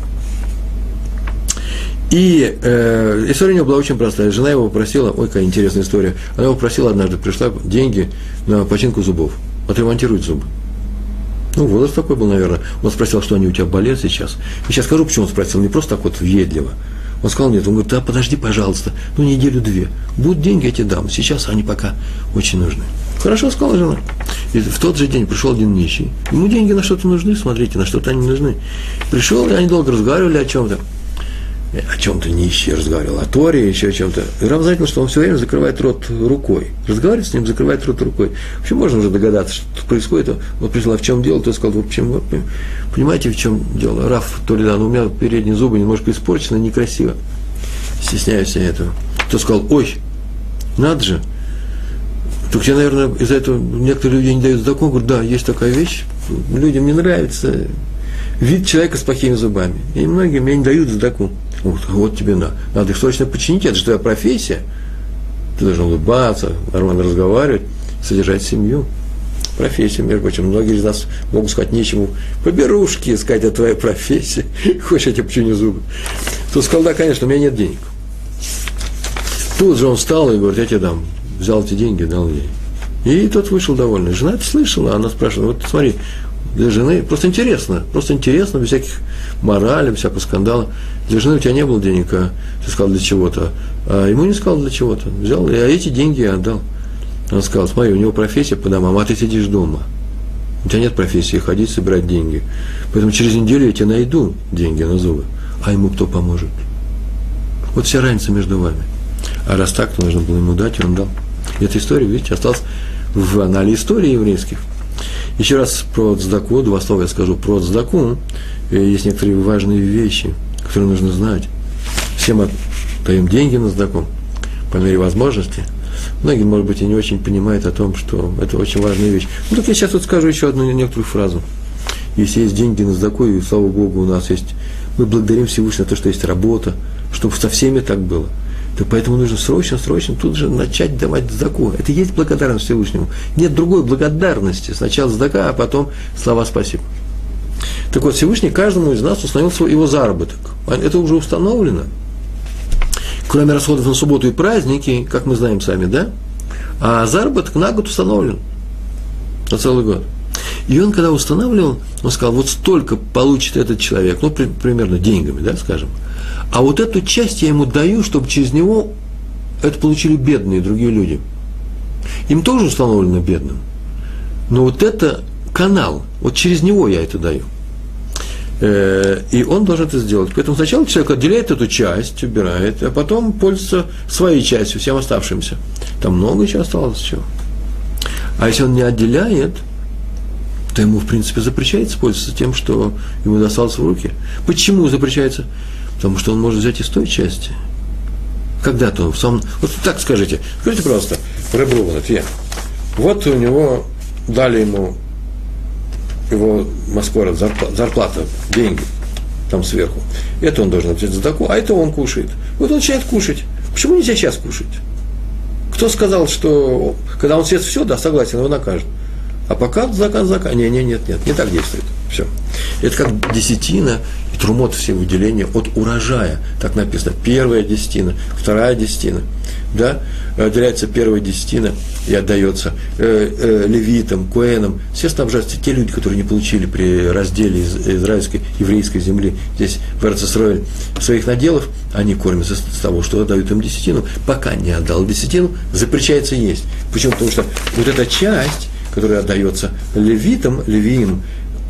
И э, история у него была очень простая. Жена его попросила, ой, какая интересная история, она его попросила однажды, пришла деньги на починку зубов, отремонтировать зубы. Ну, возраст такой был, наверное. Он спросил, что они у тебя болят сейчас. И сейчас скажу, почему он спросил, не просто так вот въедливо. Он сказал, нет, он говорит, да, подожди, пожалуйста, ну, неделю-две. Будут деньги, я тебе дам, сейчас они пока очень нужны. Хорошо, сказала жена. И в тот же день пришел один нищий. Ему деньги на что-то нужны, смотрите, на что-то они нужны. Пришел, и они долго разговаривали о чем-то. О чем-то нищий разговаривал, о Торе, еще о чем-то. И Рав заметил, что он все время закрывает рот рукой. Разговаривает с ним, закрывает рот рукой. Вообще можно уже догадаться, что происходит. Вот пришла, в чем дело, то сказал, в общем, понимаете, в чем дело? Рав Толедано, у меня передние зубы немножко испорчены, некрасиво. Стесняюсь я этого. Тот сказал, ой, надо же. Только я, наверное, из-за этого некоторые люди не дают закон. Говорят, да, есть такая вещь, людям не нравится вид человека с плохими зубами. И многие мне не дают задаку. Вот, вот тебе на. Надо их срочно починить, это же твоя профессия. Ты должен улыбаться, нормально разговаривать, содержать семью. Профессия, между прочим. Многие из нас могут сказать нечему. Поберушки сказать о твоей профессии. Хочешь, я тебе починю зубы. Тот сказал, да, конечно, у меня нет денег. Тут же он встал и говорит, я тебе дам. Взял эти деньги, дал ей. И тот вышел довольный. Жена это слышала, она спрашивала, вот смотри, для жены, просто интересно, просто интересно, без всяких морали, без всякого скандала. Для жены у тебя не было денег, а ты сказал для чего-то. А ему не сказал для чего-то. Взял, а эти деньги я отдал. Он сказал, смотри, у него профессия по домам, а ты сидишь дома. У тебя нет профессии ходить, собирать деньги. Поэтому через неделю я тебе найду деньги на зубы. А ему кто поможет? Вот вся разница между вами. А раз так, то нужно было ему дать, и он дал. И эта история, видите, осталась в анале истории еврейских. Еще раз про цдаку, два слова я скажу про цдаку. Есть некоторые важные вещи, которые нужно знать. Все мы даем деньги на цдаку, по мере возможности. Многие, может быть, и не очень понимают о том, что это очень важная вещь. Ну, так я сейчас вот скажу еще одну некоторую фразу. Если есть деньги на цдаку, и, слава Богу, у нас есть, мы благодарим Всевышнего за то, что есть работа, чтобы со всеми так было. То поэтому нужно срочно, срочно тут же начать давать цдаку. Это и есть благодарность Всевышнему. Нет другой благодарности. Сначала цдака, а потом слова спасибо. Так вот, Всевышний каждому из нас установил свой его заработок. Это уже установлено. Кроме расходов на субботу и праздники, как мы знаем сами, да? А заработок на год установлен. На целый год. И он, когда устанавливал, он сказал, вот столько получит этот человек, ну, при, примерно деньгами, да, скажем. А вот эту часть я ему даю, чтобы через него это получили бедные другие люди. Им тоже установлено бедным. Но вот это канал, вот через него я это даю. И он должен это сделать. Поэтому сначала человек отделяет эту часть, убирает, а потом пользуется своей частью, всем оставшимся. Там много еще осталось чего. А если он не отделяет, то ему, в принципе, запрещается пользоваться тем, что ему досталось в руки. Почему запрещается? Потому что он может взять из той части. Когда-то он в самом... Вот так скажите. Скажите просто, Реб Рувен, это я. Вот у него дали ему его маскорот, зарплата, зарплата, деньги там сверху. Это он должен взять цдаку, а это он кушает. Вот он начинает кушать. Почему нельзя сейчас кушать? Кто сказал, что когда он съест все, да, согласен, его накажут. А пока заказ, заказ. Не, не, нет, нет, не так действует. Все. Это как десятина и трумот, все выделения от урожая. Так написано. Первая десятина, вторая десятина. Да? Отделяется первая десятина и отдается э, э, левитам, коэнам. Все снабжаются те люди, которые не получили при разделе из израильской, еврейской земли, здесь в Эрец-Исроэль, своих наделов, они кормятся с того, что отдают им десятину. Пока не отдал десятину, запрещается есть. Почему? Потому что вот эта часть, которая отдается левитам, левиим,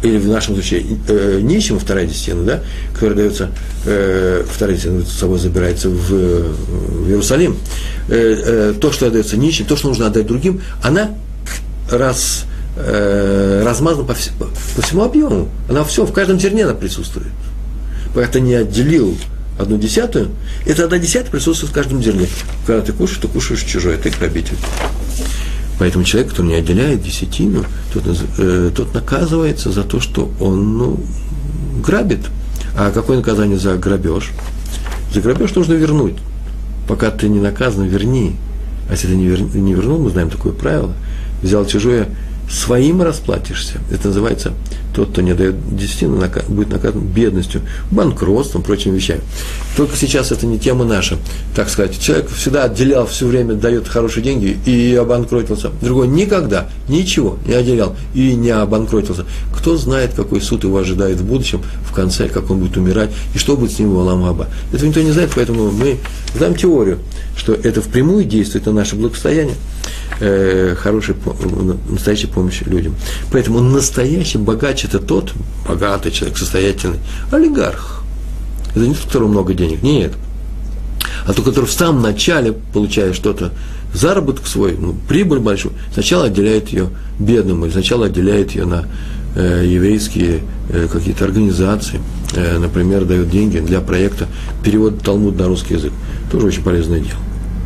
или в нашем случае э, нищему вторая десятина, да, которая дается, э, вторая десятина с собой забирается в, в Иерусалим, э, э, то, что отдается нищим, то, что нужно отдать другим, она раз, э, размазана по, вс, по, по всему объему. Она все, в каждом зерне она присутствует. Пока ты не отделил одну десятую, эта одна десятая присутствует в каждом зерне. Когда ты кушаешь, ты кушаешь чужое, ты грабитель. Поэтому человек, который не отделяет десятину, тот, э, тот наказывается за то, что он ну, грабит. А какое наказание за грабеж? За грабеж нужно вернуть. Пока ты не наказан, верни. А если ты не, вер, не вернул, мы знаем такое правило, взял чужое, своим расплатишься. Это называется, тот, кто не дает десятину, нака- будет наказан бедностью, банкротством, прочими вещами. Только сейчас это не тема наша, так сказать. Человек всегда отделял, все время дает хорошие деньги и обанкротился. Другой никогда ничего не отделял и не обанкротился. Кто знает, какой суд его ожидает в будущем, в конце, как он будет умирать, и что будет с ним в Олам Аба. Этого никто не знает, поэтому мы знаем теорию, что это впрямую действует на наше благосостояние, э, хорошая, настоящая помощь людям. Поэтому настоящий богач – это тот, богатый человек, состоятельный, олигарх. Это не тот, у которого много денег, нет. А тот, который в самом начале получает что-то, заработок свой, ну, прибыль большую, сначала отделяет ее бедному, или сначала отделяет ее на э, еврейские э, какие-то организации, э, например, дает деньги для проекта перевода Талмуда на русский язык. Тоже очень полезное дело.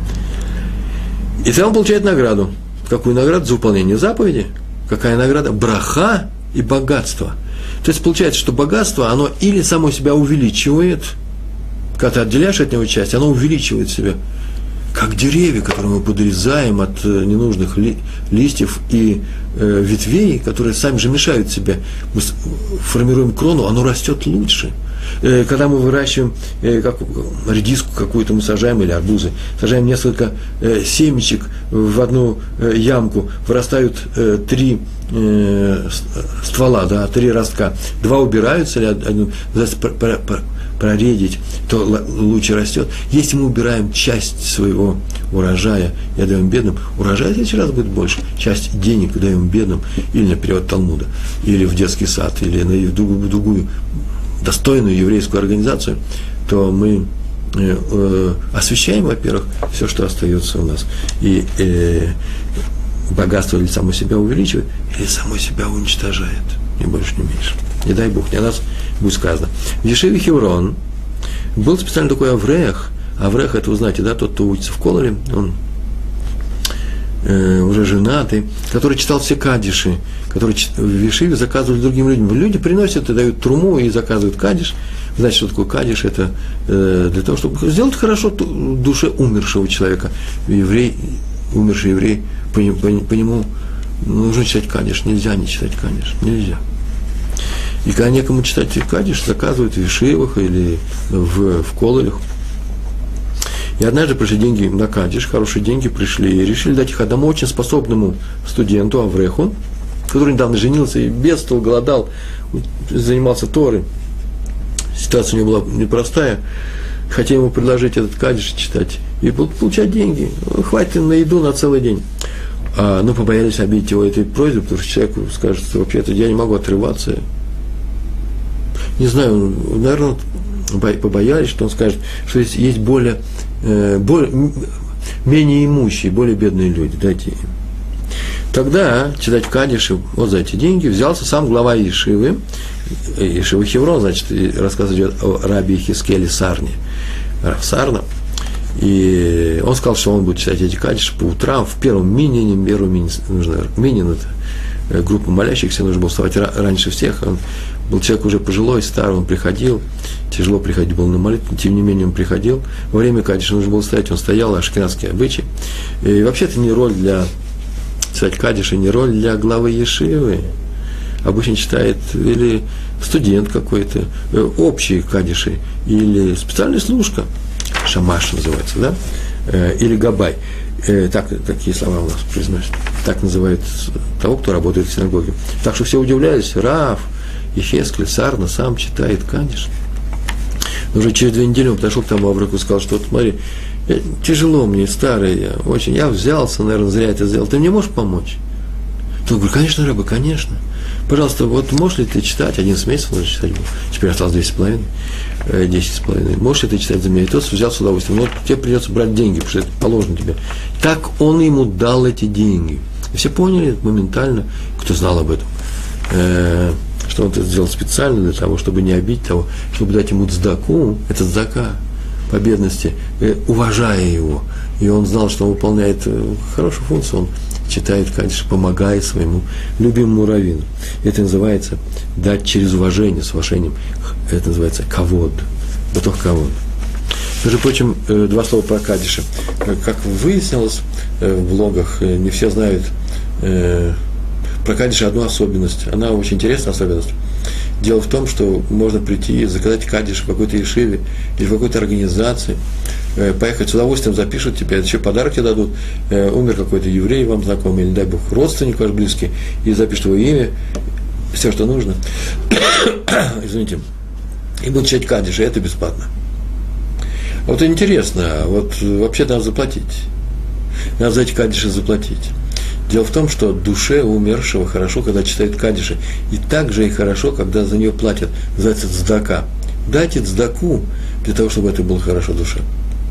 И тогда он получает награду. Какую награду? За выполнение заповеди. Какая награда? Браха и богатство. То есть получается, что богатство, оно или само себя увеличивает, когда ты отделяешь от него часть, оно увеличивает себя, как деревья, которые мы подрезаем от ненужных ли, листьев и э, ветвей, которые сами же мешают себе. Мы формируем крону, оно растет лучше. Э, когда мы выращиваем э, как, редиску какую-то, мы сажаем, или арбузы, сажаем несколько э, семечек в одну э, ямку, вырастают э, три э, ствола, да, три ростка, два убираются, или один, проредить, то лучше растет. Если мы убираем часть своего урожая и отдаем бедным, урожай в следующий раз будет больше. Часть денег даем бедным или на перевод Талмуда, или в детский сад, или на другую, другую достойную еврейскую организацию, то мы э, э, освещаем, во-первых, все, что остается у нас. И э, богатство или само себя увеличивает, или само себя уничтожает. Ни больше, ни меньше. Не дай Бог, не о нас будет сказано. В Ешиве Хеврон был специально такой Аврех. Аврех, это вы знаете, да, тот, кто учится в Колоре, он э, уже женатый, который читал все кадиши, который в Ешиве заказывали другим людям. Люди приносят и дают труму и заказывают кадиш. Вы знаете, что такое кадиш? Это э, для того, чтобы сделать хорошо душе умершего человека. Еврей, умерший еврей, по, по, по нему нужно читать кадиш. Нельзя не читать кадиш. Нельзя. И когда некому читать кадиш, заказывают в Ешивах или в, в Кололях. И однажды пришли деньги на кадиш, хорошие деньги пришли, и решили дать их одному очень способному студенту, Авреху, который недавно женился и бедствовал, голодал, занимался Торой. Ситуация у него была непростая. Хотели ему предложить этот кадиш читать и получать деньги. Хватит на еду на целый день. А, но побоялись обидеть его этой просьбой, потому что человек скажет, что вообще-то я не могу отрываться. Не знаю, наверное, побоялись, что он скажет, что есть, есть более, э, более, менее имущие, более бедные люди, дайте им. Тогда читать кадиши вот за эти деньги взялся сам глава Ешивы, Ешивы Хеврон, значит, рассказ идет о раби Хискеле Сарне, Рав Сарна, и он сказал, что он будет читать эти кадиши по утрам, в первом минине, первом минине, нужно, минин, это группа молящихся, нужно было вставать раньше всех, он был человек уже пожилой, старый, он приходил, тяжело приходить было на молитву, тем не менее он приходил. Во время кадиша нужно было стоять, он стоял, ашкеназские обычаи. И вообще это не роль для читать кадиша, не роль для главы Ешивы. Обычно читает или студент какой-то, общие кадиши, или специальная служка, шамаш называется, да, или габай. Так, такие слова у нас произносят. Так называют того, кто работает в синагоге. Так что все удивлялись, Рав, Ехескель, Сарна сам читает кадиш. Но уже через две недели он подошел к тому Авреху и сказал, что вот смотри, тяжело мне, старый я, очень, я взялся, наверное, зря это сделал, ты мне можешь помочь? То я говорю, конечно, Рэбе, конечно. Пожалуйста, вот можешь ли ты читать, одиннадцать месяцев нужно читать, теперь осталось десять с половиной, десять с половиной, можешь ли ты читать за меня? И тот взял с удовольствием, но тебе придется брать деньги, потому что это положено тебе. Так он ему дал эти деньги. И все поняли моментально, кто знал об этом, что он это сделал специально для того, чтобы не обидеть того, чтобы дать ему цдаку, это цдака, по бедности, уважая его. И он знал, что он выполняет хорошую функцию, он читает кадиш, помогает своему любимому раввину. Это называется дать через уважение, с уважением. Это называется кавод, бутох кавод. Между прочим, два слова про кадиша. Как выяснилось в блогах, не все знают про кадиша одну особенность. Она очень интересная особенность. Дело в том, что можно прийти и заказать кадиш в какой-то ешиве или в какой-то организации, поехать с удовольствием, запишут тебе, еще подарок тебе дадут, умер какой-то еврей вам знакомый, или, дай Бог, родственник ваш близкий, и запишут его имя, все, что нужно, извините, и будут читать кадиш, и это бесплатно. А вот интересно, вот вообще надо заплатить, надо за эти кадиши заплатить. Дело в том, что душе умершего хорошо, когда читают кадиши, и также и хорошо, когда за нее платят, называется цдака. Дайте цдаку для того, чтобы это было хорошо душе.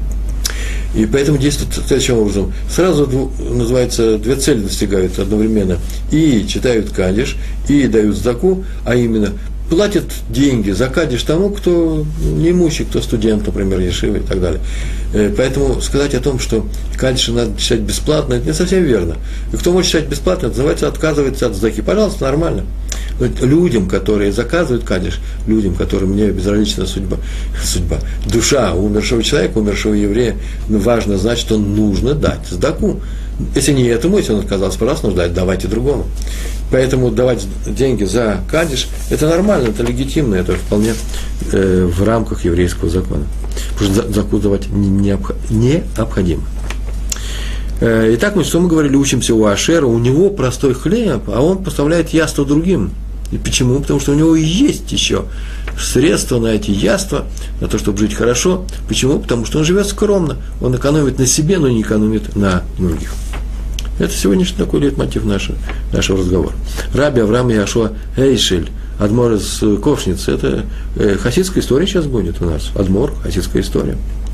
И поэтому действует следующим образом. Сразу, называется, две цели достигают одновременно. И читают кадиш, и дают цдаку, а именно платят деньги за кадиш тому, кто неимущий, кто студент, например, ешивы и так далее. Поэтому сказать о том, что кадиш надо читать бесплатно, это не совсем верно. И кто может читать бесплатно, это называется отказывается от цдаки. Пожалуйста, нормально. Но людям, которые заказывают кадиш, людям, которым не безразлична судьба, судьба, душа умершего человека, умершего еврея, ну, важно знать, что нужно дать цдаку. Если не этому, если он отказался, пожалуйста, нужно дать, давайте другому. Поэтому давать деньги за кадиш – это нормально, это легитимно, это вполне э, в рамках еврейского закона. Потому что цдаку давать необходимо. Э, итак, мы что мы говорили, учимся у Ашера, у него простой хлеб, а он поставляет яство другим. И почему? Потому что у него есть еще средства на эти яства, на то, чтобы жить хорошо. Почему? Потому что он живет скромно, он экономит на себе, но не экономит на других. Это сегодняшний такой лейтмотив нашего, нашего разговора. Раби Авраам Яшуа Эйшель, адмор из Ковшницы, это э, хасидская история сейчас будет у нас. Адмор, хасидская история.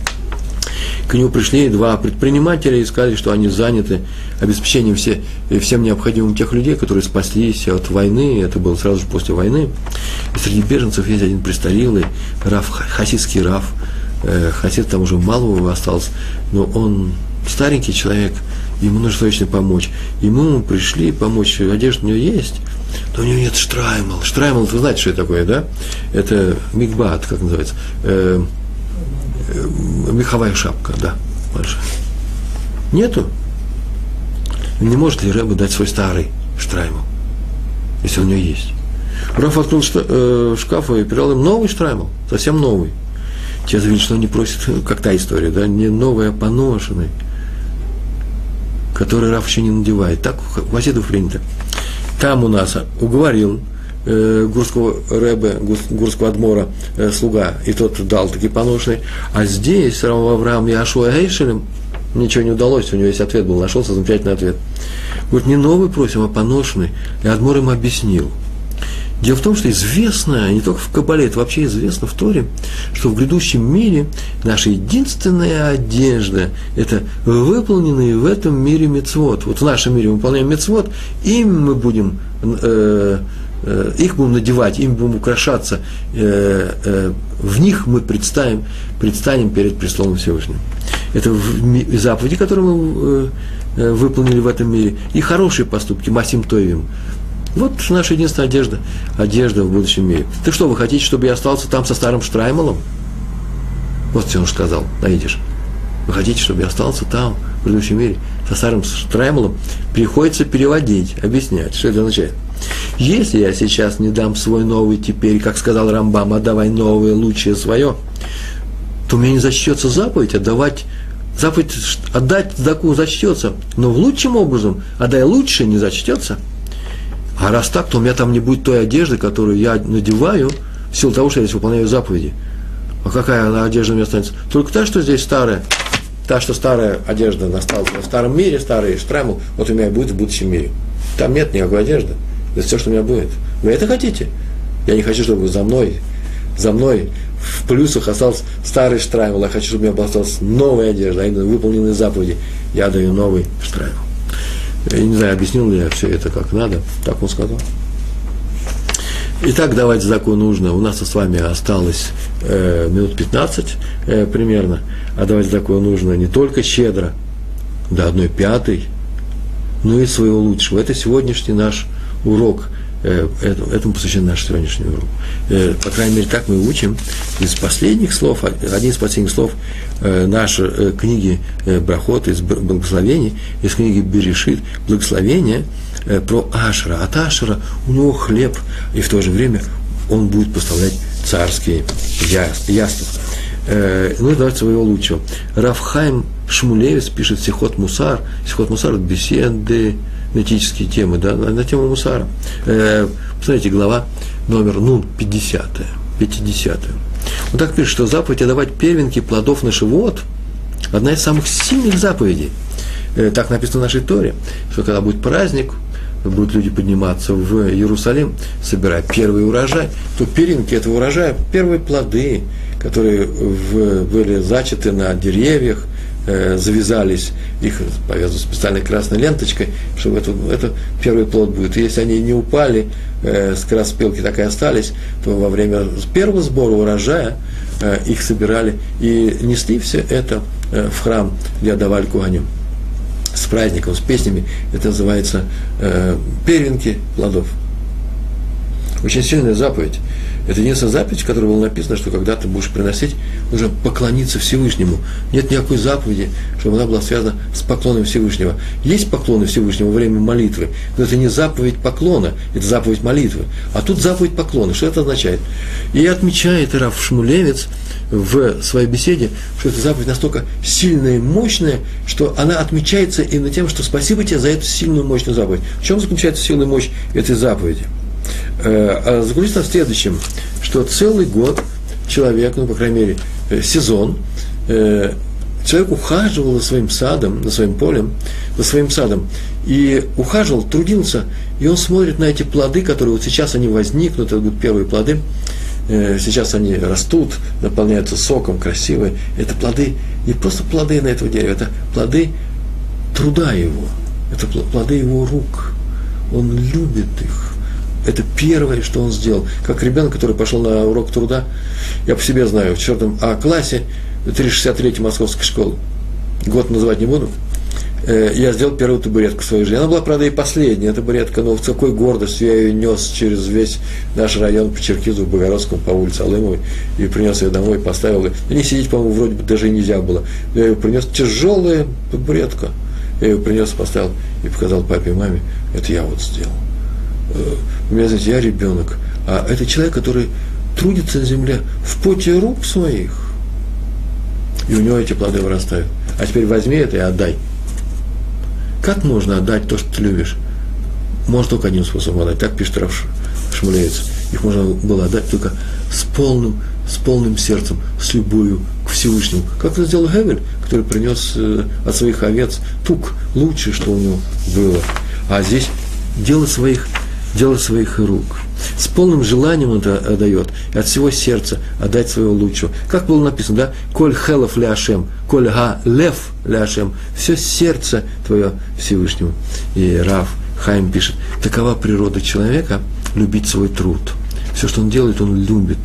К нему пришли два предпринимателя и сказали, что они заняты обеспечением все, всем необходимым тех людей, которые спаслись от войны, это было сразу же после войны. И среди беженцев есть один престарелый рав, хасидский рав, э, хасид там уже мало его осталось, но он старенький человек, ему нужно срочно помочь. Ему пришли помочь, одежда у него есть, но у него нет штраймал. Штраймал, вы знаете, что это такое, да? Это микбат, как называется, э, меховая шапка, да, большая. Нету. Не может ли Рэбе дать свой старый штраймл, если у него есть? Раф открыл шкаф и передал им новый штраймл, совсем новый. Те заявили, что он не просит, как та история, да, не новый, а поношенный, который Раф еще не надевает. Так у хасидов принято. Там у нас уговорил э, гурского рэбе, гурского адмора э, слуга, и тот дал такие поношенные. А здесь Рав Авраам Яшуа Эйшелем ничего не удалось, у него есть ответ был, нашелся замечательный ответ. Говорит, не новый просим, а поношенный. И адмор им объяснил. Дело в том, что известно, не только в Кабале, это вообще известно в Торе, что в грядущем мире наша единственная одежда – это выполненные в этом мире мицвот. Вот в нашем мире мы выполняем мицвот, им мы будем, э, э, их будем надевать, им будем украшаться, э, э, в них мы представим, предстанем перед престолом Всевышним. Это в, заповеди, которые мы э, выполнили в этом мире, и хорошие поступки, масим тоевим. Вот наша единственная одежда, одежда в будущем мире. Так что, вы хотите, чтобы я остался там со старым штраймалом? Вот что он сказал, найдешь. Вы хотите, чтобы я остался там, в будущем мире, со старым штраймалом? Приходится переводить, объяснять, что это означает. Если я сейчас не дам свой новый теперь, как сказал Рамбам, отдавай новое, лучшее свое, то у меня не зачтется заповедь отдавать, заповедь отдать цдаку зачтется, но в лучшем образом, отдай лучшее, не зачтется. А раз так, то у меня там не будет той одежды, которую я надеваю, в силу того, что я здесь выполняю заповеди. А какая она одежда у меня останется? Только та, что здесь старая. Та, что старая одежда осталась в старом мире, старый штраймл, вот у меня будет в будущем мире. Там нет никакой одежды. Это все, что у меня будет. Вы это хотите? Я не хочу, чтобы вы за мной, за мной в плюсах остался старый штраймл. Я хочу, чтобы у меня осталась новая одежда, а именно выполненные заповеди. Я даю новый штраймл. Я не знаю, объяснил ли я все это как надо. Так он сказал. Итак, давать заку нужно. У нас с вами осталось э, минут пятнадцать э, примерно. А давать заку нужно не только щедро, до одной пятой, но и своего лучшего. Это сегодняшний наш урок. Э, этому, этому посвящен наш сегодняшний урок. Э, по крайней мере, так мы учим из последних слов, один из последних слов э, нашей э, книги э, Брахот, из благословений, из книги Берешит, благословения, про Ашера. От Ашера у него хлеб, и в то же время он будет поставлять царские яства. Э, ну и давайте своего лучшего. Рав Хаим Шмулевец пишет Сихот Мусар. Сихот Мусар – это беседы на этические темы, да, на тему Мусара. Э, посмотрите, глава номер ну, пятидесятая. пятидесятая. Он так пишет, что заповедь отдавать первенки плодов на шивот – одна из самых сильных заповедей. Э, так написано в нашей Торе, что когда будет праздник, будут люди подниматься в Иерусалим, собирая первый урожай, то первенки этого урожая, первые плоды, которые в, были зачаты на деревьях, э, завязались, их повязывают специальной красной ленточкой, чтобы это, это первый плод будет. И если они не упали, э, с краспелки так и остались, то во время первого сбора урожая э, их собирали и несли все это э, в храм, где отдавали коганим. С праздником, с песнями, это называется э, первенки плодов. Очень сильная заповедь. Это единственная заповедь, в которой было написано, что когда ты будешь приносить, нужно поклониться Всевышнему. Нет никакой заповеди, чтобы она была связана с поклоном Всевышнего. Есть поклоны Всевышнему во время молитвы, но это не заповедь поклона, это заповедь молитвы. А тут заповедь поклона. Что это означает? И отмечает Рав Шмулевец в своей беседе, что эта заповедь настолько сильная и мощная, что она отмечается именно тем, что спасибо тебе за эту сильную, мощную заповедь. В чем заключается сила и мощь этой заповеди? А заключается в следующем, что целый год человек, ну, по крайней мере, сезон, человек ухаживал за своим садом, за своим полем, за своим садом, и ухаживал, трудился, и он смотрит на эти плоды, которые вот сейчас они возникнут, это будут первые плоды, сейчас они растут, наполняются соком, красивые. Это плоды, не просто плоды на этого дерева, это плоды труда его, это плоды его рук. Он любит их. Это первое, что он сделал. Как ребенок, который пошел на урок труда, я по себе знаю, в четвертом А-классе, триста шестьдесят третьей московской школы, год называть не буду, я сделал первую табуретку в своей жизни. Она была, правда, и последняя табуретка, но с какой гордостью я ее нес через весь наш район по Черкизу, в Богородском, по улице Алымовой, и принес ее домой, поставил ее. Не сидеть, по-моему, вроде бы даже и нельзя было. Я ее принес, тяжелая табуретка. Я ее принес, поставил и показал папе и маме. Это я вот сделал. У меня, знаете, я ребенок, а это человек, который трудится на земле в поте рук своих, и у него эти плоды вырастают. А теперь возьми это и отдай. Как можно отдать то, что ты любишь? Можно только одним способом отдать. Так пишет Рав Шмулевец. Их можно было отдать только с полным, с полным сердцем, с любовью к Всевышнему. Как это сделал Гевель, который принес э, от своих овец тук, лучшее, что у него было. А здесь дело своих, дело своих рук. С полным желанием он это отдает, и от всего сердца отдать своего лучшего. Как было написано, да? «Коль хелов ля Ашем, коль га лев ля Ашем». Все сердце твое Всевышнему. И Рав Хаим пишет, такова природа человека – любить свой труд. Все, что он делает, он любит.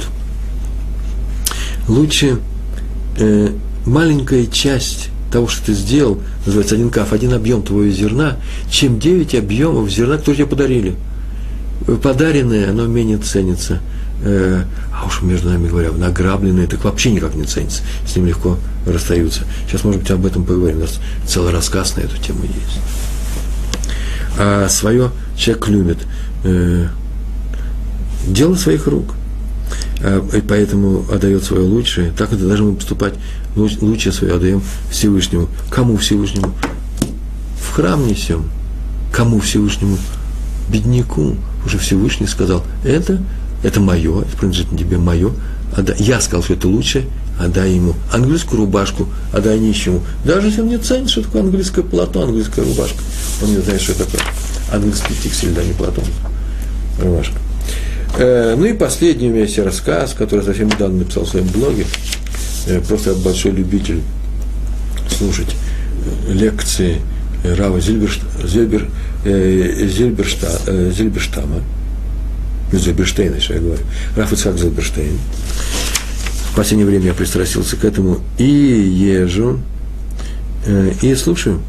Лучше э, маленькая часть того, что ты сделал, называется один каф, один объем твоего зерна, чем девять объемов зерна, которые тебе подарили. Подаренное, оно менее ценится. Э, а уж между нами говоря, награбленное так вообще никак не ценится. С ним легко расстаются. Сейчас, может быть, об этом поговорим. У нас целый рассказ на эту тему есть. А свое человек любит. Э, дело своих рук. А, и поэтому отдает свое лучшее. Так это должны мы поступать. Лучшее свое отдаем Всевышнему. Кому Всевышнему? В храм несем. Кому Всевышнему? Бедняку. Уже Всевышний сказал, это, это мое, это принадлежит тебе мое. Отдай. Я сказал, что это лучшее, отдай ему. Английскую рубашку отдай нищему. Даже если он не ценит, что такое английское полотно, английская рубашка. Он не знает, что это такое. английский текстиль, да, не Платон. Ромашка. Э, ну и последний у меня есть рассказ, который совсем недавно написал в своем блоге. Э, просто я большой любитель слушать лекции Рава Зильбершта, Зильбер, э, Зильбершта, э, Зильберштама, Зильберштейна, еще я говорю, Рав Ицхак Зильберштейн. В последнее время я пристрастился к этому и езжу, э, и слушаю.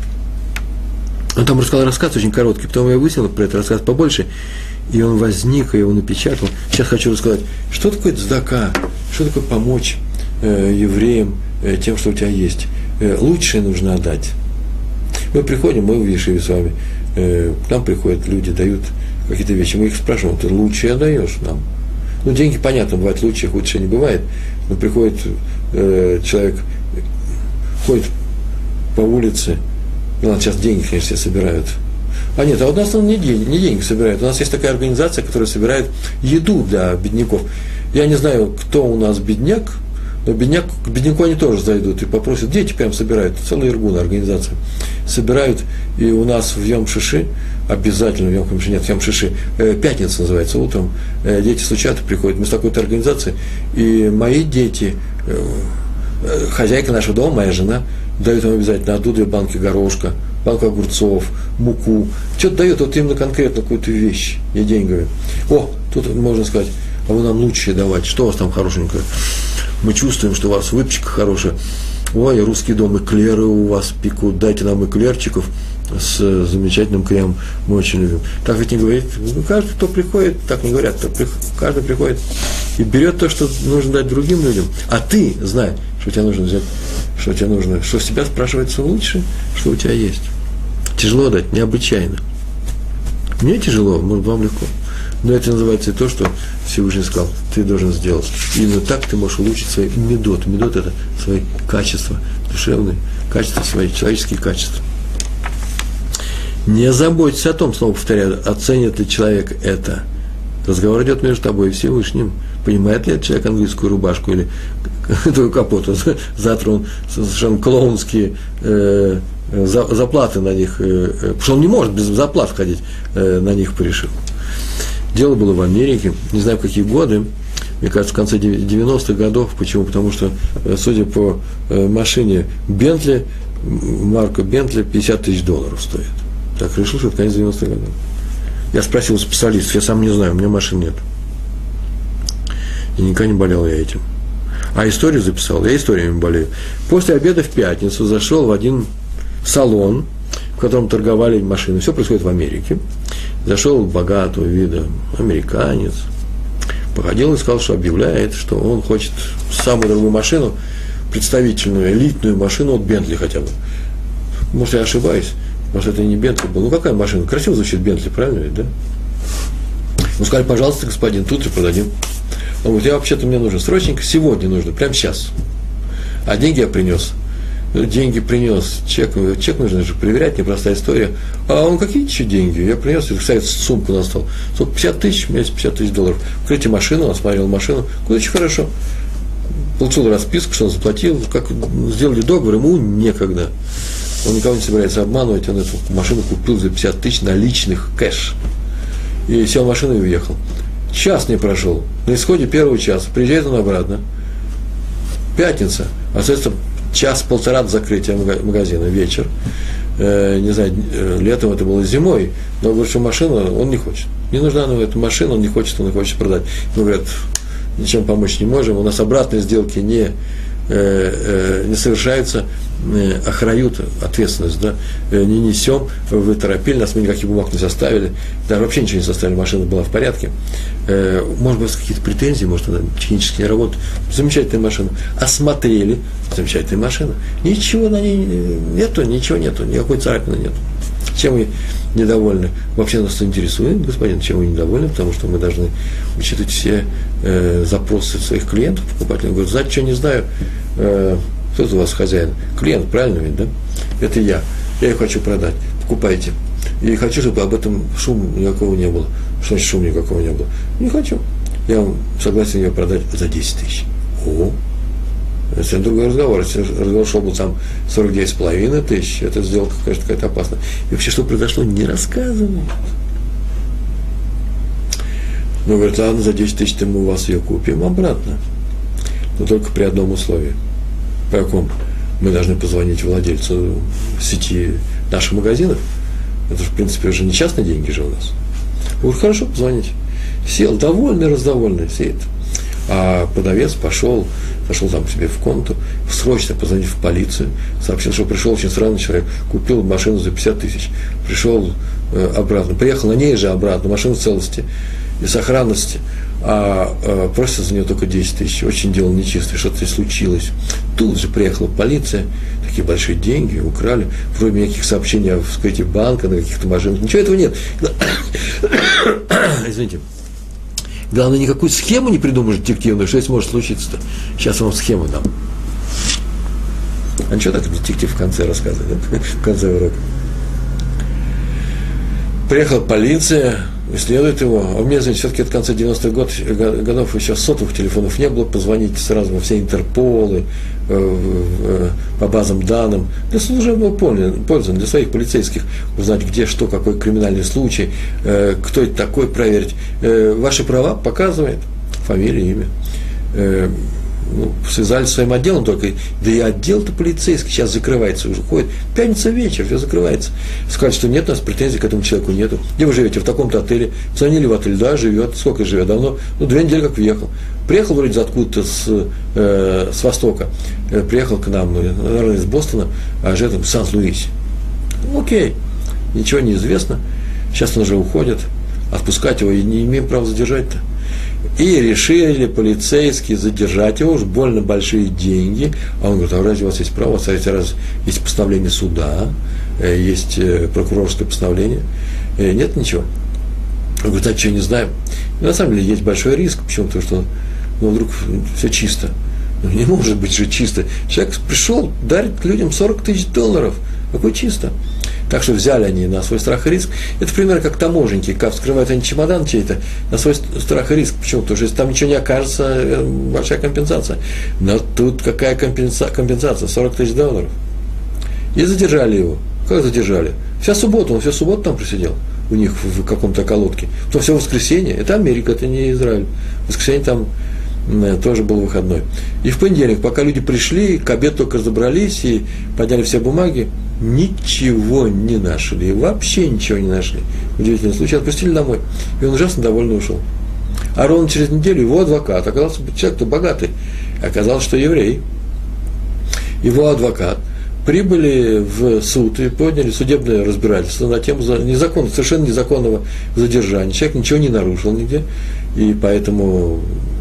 Он там рассказал рассказ очень короткий, потом я выяснил про этот рассказ побольше, и он возник, и я его напечатал. Сейчас хочу рассказать, что такое цдака, что такое помочь э, евреям э, тем, что у тебя есть. Э, лучшее нужно отдать. Мы приходим, мы в Ешиве с вами, э, к нам приходят люди, дают какие-то вещи, мы их спрашиваем, ты лучшее отдаешь нам? Ну, деньги, понятно, бывает лучше, худшее не бывает, но приходит э, человек, ходит по улице, ну, ладно, сейчас деньги, конечно, все собирают. А нет, а у нас не деньги, не деньги собирают. У нас есть такая организация, которая собирает еду для бедняков. Я не знаю, кто у нас бедняк, но бедняк, к бедняку они тоже зайдут и попросят. Дети прям собирают, целая иргуна организация. Собирают, и у нас в Йом-Шиши, обязательно в Йом-Шиши, нет, в Йом-Шиши, э, пятница называется, утром, э, дети стучат и приходят. Мы с такой-то организацией, и мои дети, э, э, хозяйка нашего дома, моя жена, дает им обязательно одну две банки горошка, банку огурцов, муку. Что-то дает вот именно конкретно какую-то вещь, не деньгами. О, тут можно сказать, а вы нам лучшее давайте, что у вас там хорошенькое? Мы чувствуем, что у вас выпечка хорошая. Ой, русский дом, эклеры у вас пекут, дайте нам эклерчиков с замечательным кремом, мы очень любим. Так ведь не говорит, ну, каждый, кто приходит, так не говорят, кто при, каждый приходит и берет то, что нужно дать другим людям. А ты знай, что тебе нужно взять, что тебе нужно, что с тебя спрашивается лучше, что у тебя есть. Тяжело дать, необычайно. Мне тяжело, может, вам легко. Но это называется и то, что Всевышний сказал, ты должен сделать. Именно так ты можешь улучшить свои медот. Медот – это свои качества, душевные качества, свои человеческие качества. Не заботься о том, снова повторяю, оценит ли человек это. Разговор идет между тобой и Всевышним. Понимает ли этот человек английскую рубашку или твою капоту? Завтра он совершенно клоунские э, заплаты на них, э, потому что он не может без заплат ходить, э, на них порешил. Дело было в Америке, не знаю в какие годы, мне кажется, в конце девяностых годов. Почему? Потому что, судя по машине Бентли, марка Бентли пятьдесят тысяч долларов стоит. Так, решил, что это конец девяностых годов. Я спросил специалистов, я сам не знаю, у меня машин нет. И никогда не болел я этим. А историю записал, я историями болею. После обеда в пятницу зашел в один салон, в котором торговали машины. Все происходит в Америке. Зашел богатого вида американец, походил и сказал, что объявляет, что он хочет самую дорогую машину, представительную, элитную машину от Бентли хотя бы. Может, я ошибаюсь, может, это не Бентли был. Ну, какая машина? Красиво звучит Бентли, правильно ведь, да? Ну, сказали, пожалуйста, господин, тут же продадим. Он говорит, я вообще-то мне нужен срочненько, сегодня нужно, прямо сейчас. А деньги я принес. Деньги принес, чек, чек нужно же проверять, непростая история. А он, какие еще деньги? Я принес, и ставит сумку на стол. Сколько, пятьдесят тысяч, у меня есть пятьдесят тысяч долларов. Откройте машину, он смотрел машину, куда очень хорошо. Получил расписку, что он заплатил, как сделали договор, ему некогда. Он никого не собирается обманывать, он эту машину купил за пятьдесят тысяч наличных, кэш. И сел в машину и уехал. Час не прошел. На исходе первого часа приезжает он обратно. Пятница, а соответственно, час-полтора до закрытия магазина, вечер, э, не знаю, летом это было зимой, но говорит, что машину он не хочет. Не нужна ему эта машина, он не хочет, он не хочет продать. Ему говорят, ничем помочь не можем, у нас обратные сделки не, э, э, не совершаются, э, охрают, ответственность, да, э, не несем, вы торопили, нас мы никаких бумаг не составили, даже вообще ничего не составили, машина была в порядке. Э, может быть, какие-то претензии, может, она технически не работает. Замечательная машина. Осмотрели, замечательная машина. Ничего на ней нету, ничего нету, никакой царапины нету. Чем вы недовольны? Вообще нас интересует, господин, чем вы недовольны, потому что мы должны учитывать все э, запросы своих клиентов, покупателей. Он говорит, знать, что не знаю, э, кто у вас хозяин? Клиент, правильно ведь, да? Это я. Я ее хочу продать. Покупайте. И хочу, чтобы об этом шума никакого не было. Что значит шума никакого не было? Не хочу. Я вам согласен ее продать за десять тысяч. О, Это другой разговор. Если разговор шел бы там сорок девять с половиной тысяч, эта сделка, конечно, какая-то опасная. И вообще, что произошло, не рассказывают. Но говорят, ладно, за десять тысяч мы у вас ее купим обратно. Но только при одном условии. По какому? Мы должны позвонить владельцу сети наших магазинов. Это же, в принципе, уже не частные деньги же у нас. Говорю, хорошо, позвоните. Сел, довольный, раздовольный, сидит. А продавец пошел, зашел там к себе в комнату, срочно позвонив в полицию, сообщил, что пришел очень странный человек, купил машину за пятьдесят тысяч, пришел э, обратно, приехал на ней же обратно, машина в целости и сохранности, а э, просит за нее только десять тысяч, очень дело нечистое, что-то здесь случилось. Тут же приехала полиция, такие большие деньги украли, вроде никаких сообщений о вскрытии банка на каких-то машинах, ничего этого нет. Извините. Главное, никакую схему не придумаешь детективную, что здесь может случиться-то. Сейчас вам схему дам. А ничего так детектив в конце рассказывает, да? В конце урока. Приехала полиция, исследует его. А у меня, знаете, все-таки от конца девяностых годов еще сотовых телефонов не было. Позвонить сразу во все Интерполы, э, э, по базам данным. Для служебного пользы, для своих полицейских. Узнать, где, что, какой криминальный случай, э, кто это такой, проверить. Э, ваши права показывает, фамилия, имя. Э, ну, связались с своим отделом только, да и отдел-то полицейский сейчас закрывается, уже ходит, пятница вечер, все закрывается. Сказали, что нет, у нас претензий к этому человеку нету. Где вы живете? В таком-то отеле. Звонили в отель, да, живет. Сколько живет? Давно? Ну, две недели как въехал. Приехал вроде откуда-то с, э, с востока. Э, приехал к нам, ну, наверное, из Бостона, а живет в Сан-Луисе. Ну, окей, ничего не известно. Сейчас он уже уходит. Отпускать его и не имеем права задержать-то. И решили полицейские задержать его, уж больно большие деньги. А он говорит, а разве у вас есть право? Смотрите, раз есть постановление суда, есть прокурорское постановление. Нет ничего. Он говорит, а что, не знаем? И на самом деле есть большой риск. Почему? Потому что ну, вдруг все чисто. Ну, не может быть же чисто. Человек пришел, дарит людям сорок тысяч долларов. Какой чисто? Так что взяли они на свой страх и риск. Это примерно как таможенники, как вскрывают они чемодан чей-то на свой страх и риск. Почему? Потому что если там ничего не окажется, большая компенсация. Но тут какая компенса- компенсация? сорок тысяч долларов. И задержали его. Как задержали? Вся суббота, он всю субботу там просидел. У них в каком-то околотке. Потом все воскресенье. Это Америка, это не Израиль. В воскресенье там тоже был выходной. И в понедельник, пока люди пришли, к обеду только разобрались и подняли все бумаги, ничего не нашли, вообще ничего не нашли. Удивительный случай, отпустили домой. И он ужасно довольно ушел. А ровно через неделю его адвокат, оказался человек-то богатый, оказалось, что еврей. Его адвокат прибыли в суд и подняли судебное разбирательство на тему незаконного, совершенно незаконного задержания. Человек ничего не нарушил нигде, и поэтому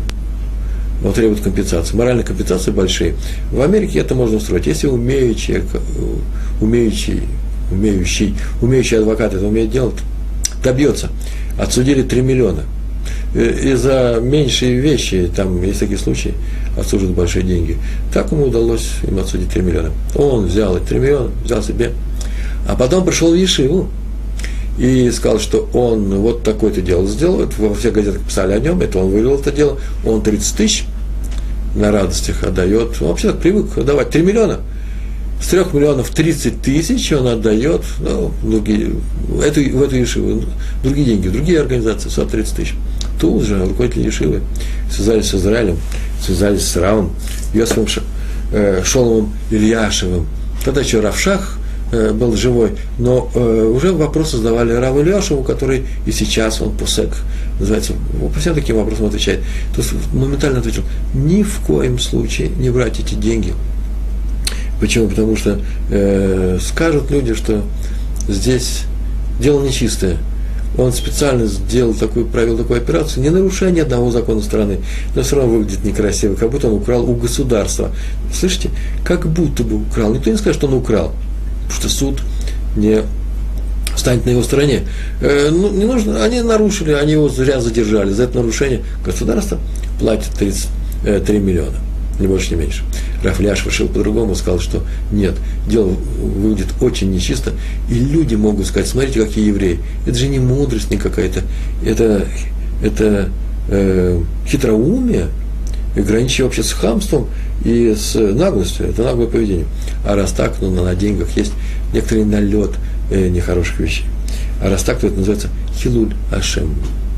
он требует компенсации. Моральные компенсации большие. В Америке это можно устроить. Если умеющий человек, умеющий, умеющий, умеющий адвокат это умеет делать, добьется. Отсудили три миллиона. И за меньшие вещи, там есть такие случаи, отсуждают большие деньги. Так ему удалось им отсудить три миллиона. Он взял эти три миллиона, взял себе. А потом пришел в Ешиву и сказал, что он вот такое-то дело сделал. Во всех газетах писали о нем, это он вывел это дело. Он тридцать тысяч на радостях отдает. Он вообще так привык отдавать три миллиона. С трех миллионов тридцать тысяч он отдает ну, другие, эту, в эту Ешиву, другие деньги, в другие организации, сто тридцать тысяч. Тут же руководители Ешивы связались с Израилем, связались с Равом, Йосифом э, Шоломом Ильяшевым. Тогда еще Равшах э, был живой, но э, уже вопросы задавали Раву Ильяшеву, который и сейчас он пусек, называется, по всем таким вопросам отвечает. То есть моментально ответил, ни в коем случае не брать эти деньги. Почему? Потому что э, скажут люди, что здесь дело нечистое. Он специально сделал такую, провел такую операцию, не нарушая ни одного закона страны, но все равно выглядит некрасиво, как будто он украл у государства. Слышите? Как будто бы украл. Никто не скажет, что он украл, потому что суд не станет на его стороне. Э, ну, не нужно, они нарушили, они его зря задержали. За это нарушение государство платит тридцать три миллиона. Ни больше, ни меньше. Рав Ильяшев решил по-другому, сказал, что нет, дело выглядит очень нечисто, и люди могут сказать, смотрите, какие евреи. Это же не мудрость никакая-то, это, это э, хитроумие, и граничащее вообще с хамством и с наглостью. Это наглое поведение. А раз так, ну, на деньгах есть некоторый налет э, нехороших вещей. А раз так, то это называется хилуль ашем.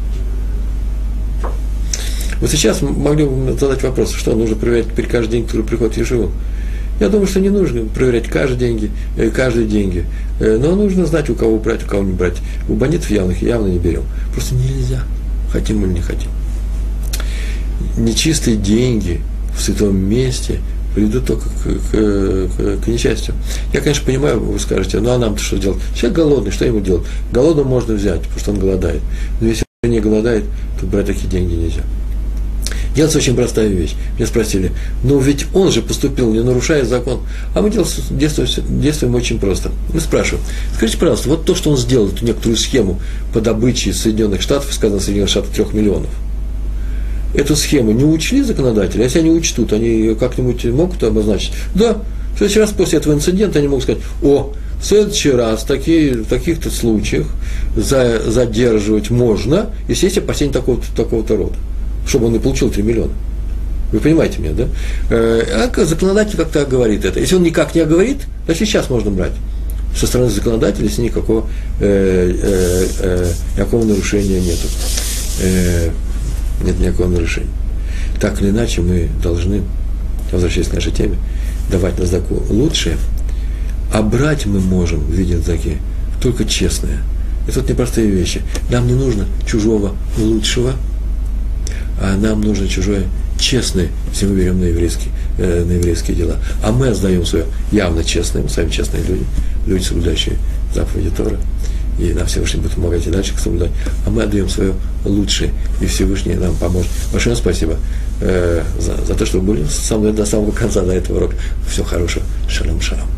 Вот сейчас могли бы задать вопрос, что нужно проверять теперь каждый день, который приходит в Ешиву. Я думаю, что не нужно проверять каждые деньги, каждые деньги. Но нужно знать, у кого брать, у кого не брать. У бандитов явных явно не берем. Просто нельзя. Хотим или не хотим. Нечистые деньги в святом месте приведут только к, к, к, к несчастью. Я, конечно, понимаю, вы скажете, ну а нам-то что делать? Человек голодный, что ему делать? Голодным можно взять, потому что он голодает. Но если он не голодает, то брать такие деньги нельзя. Делается очень простая вещь. Меня спросили, ну ведь он же поступил, не нарушая закон. А мы действуем, действуем очень просто. Мы спрашиваем, скажите, пожалуйста, вот то, что он сделал, эту некоторую схему по добыче из Соединенных Штатов, сказано Соединенных Штатов трех миллионов, эту схему не учли законодатели? Если они учтут, они как-нибудь могут обозначить? Да, в следующий раз после этого инцидента они могут сказать, о, в следующий раз в, такие, в таких-то случаях за, задерживать можно, если есть опасения такого-то, такого-то рода, чтобы он не получил три миллиона. Вы понимаете меня, да? А законодатель как-то говорит это. Если он никак не оговорит, значит, сейчас можно брать. Со стороны законодателя, если никакого, э, э, э, никакого нарушения нету. Э, нет никакого нарушения. Так или иначе, мы должны, возвращаясь к нашей теме, давать на сдаку лучшее, а брать мы можем в виде сдаки только честное. Это вот непростые вещи. Нам не нужно чужого лучшего, а нам нужно чужое честное, если мы берем на еврейские, э, на еврейские дела. А мы отдаем свое явно честное, мы сами честные люди, люди, соблюдающие заповеди Тора, и нам Всевышний будет помогать и дальше соблюдать. А мы отдаем свое лучшее, и Всевышний нам поможет. Большое спасибо э, за, за то, что вы были со мной до самого конца, до этого урока. Всего хорошего. Шалом, шалом.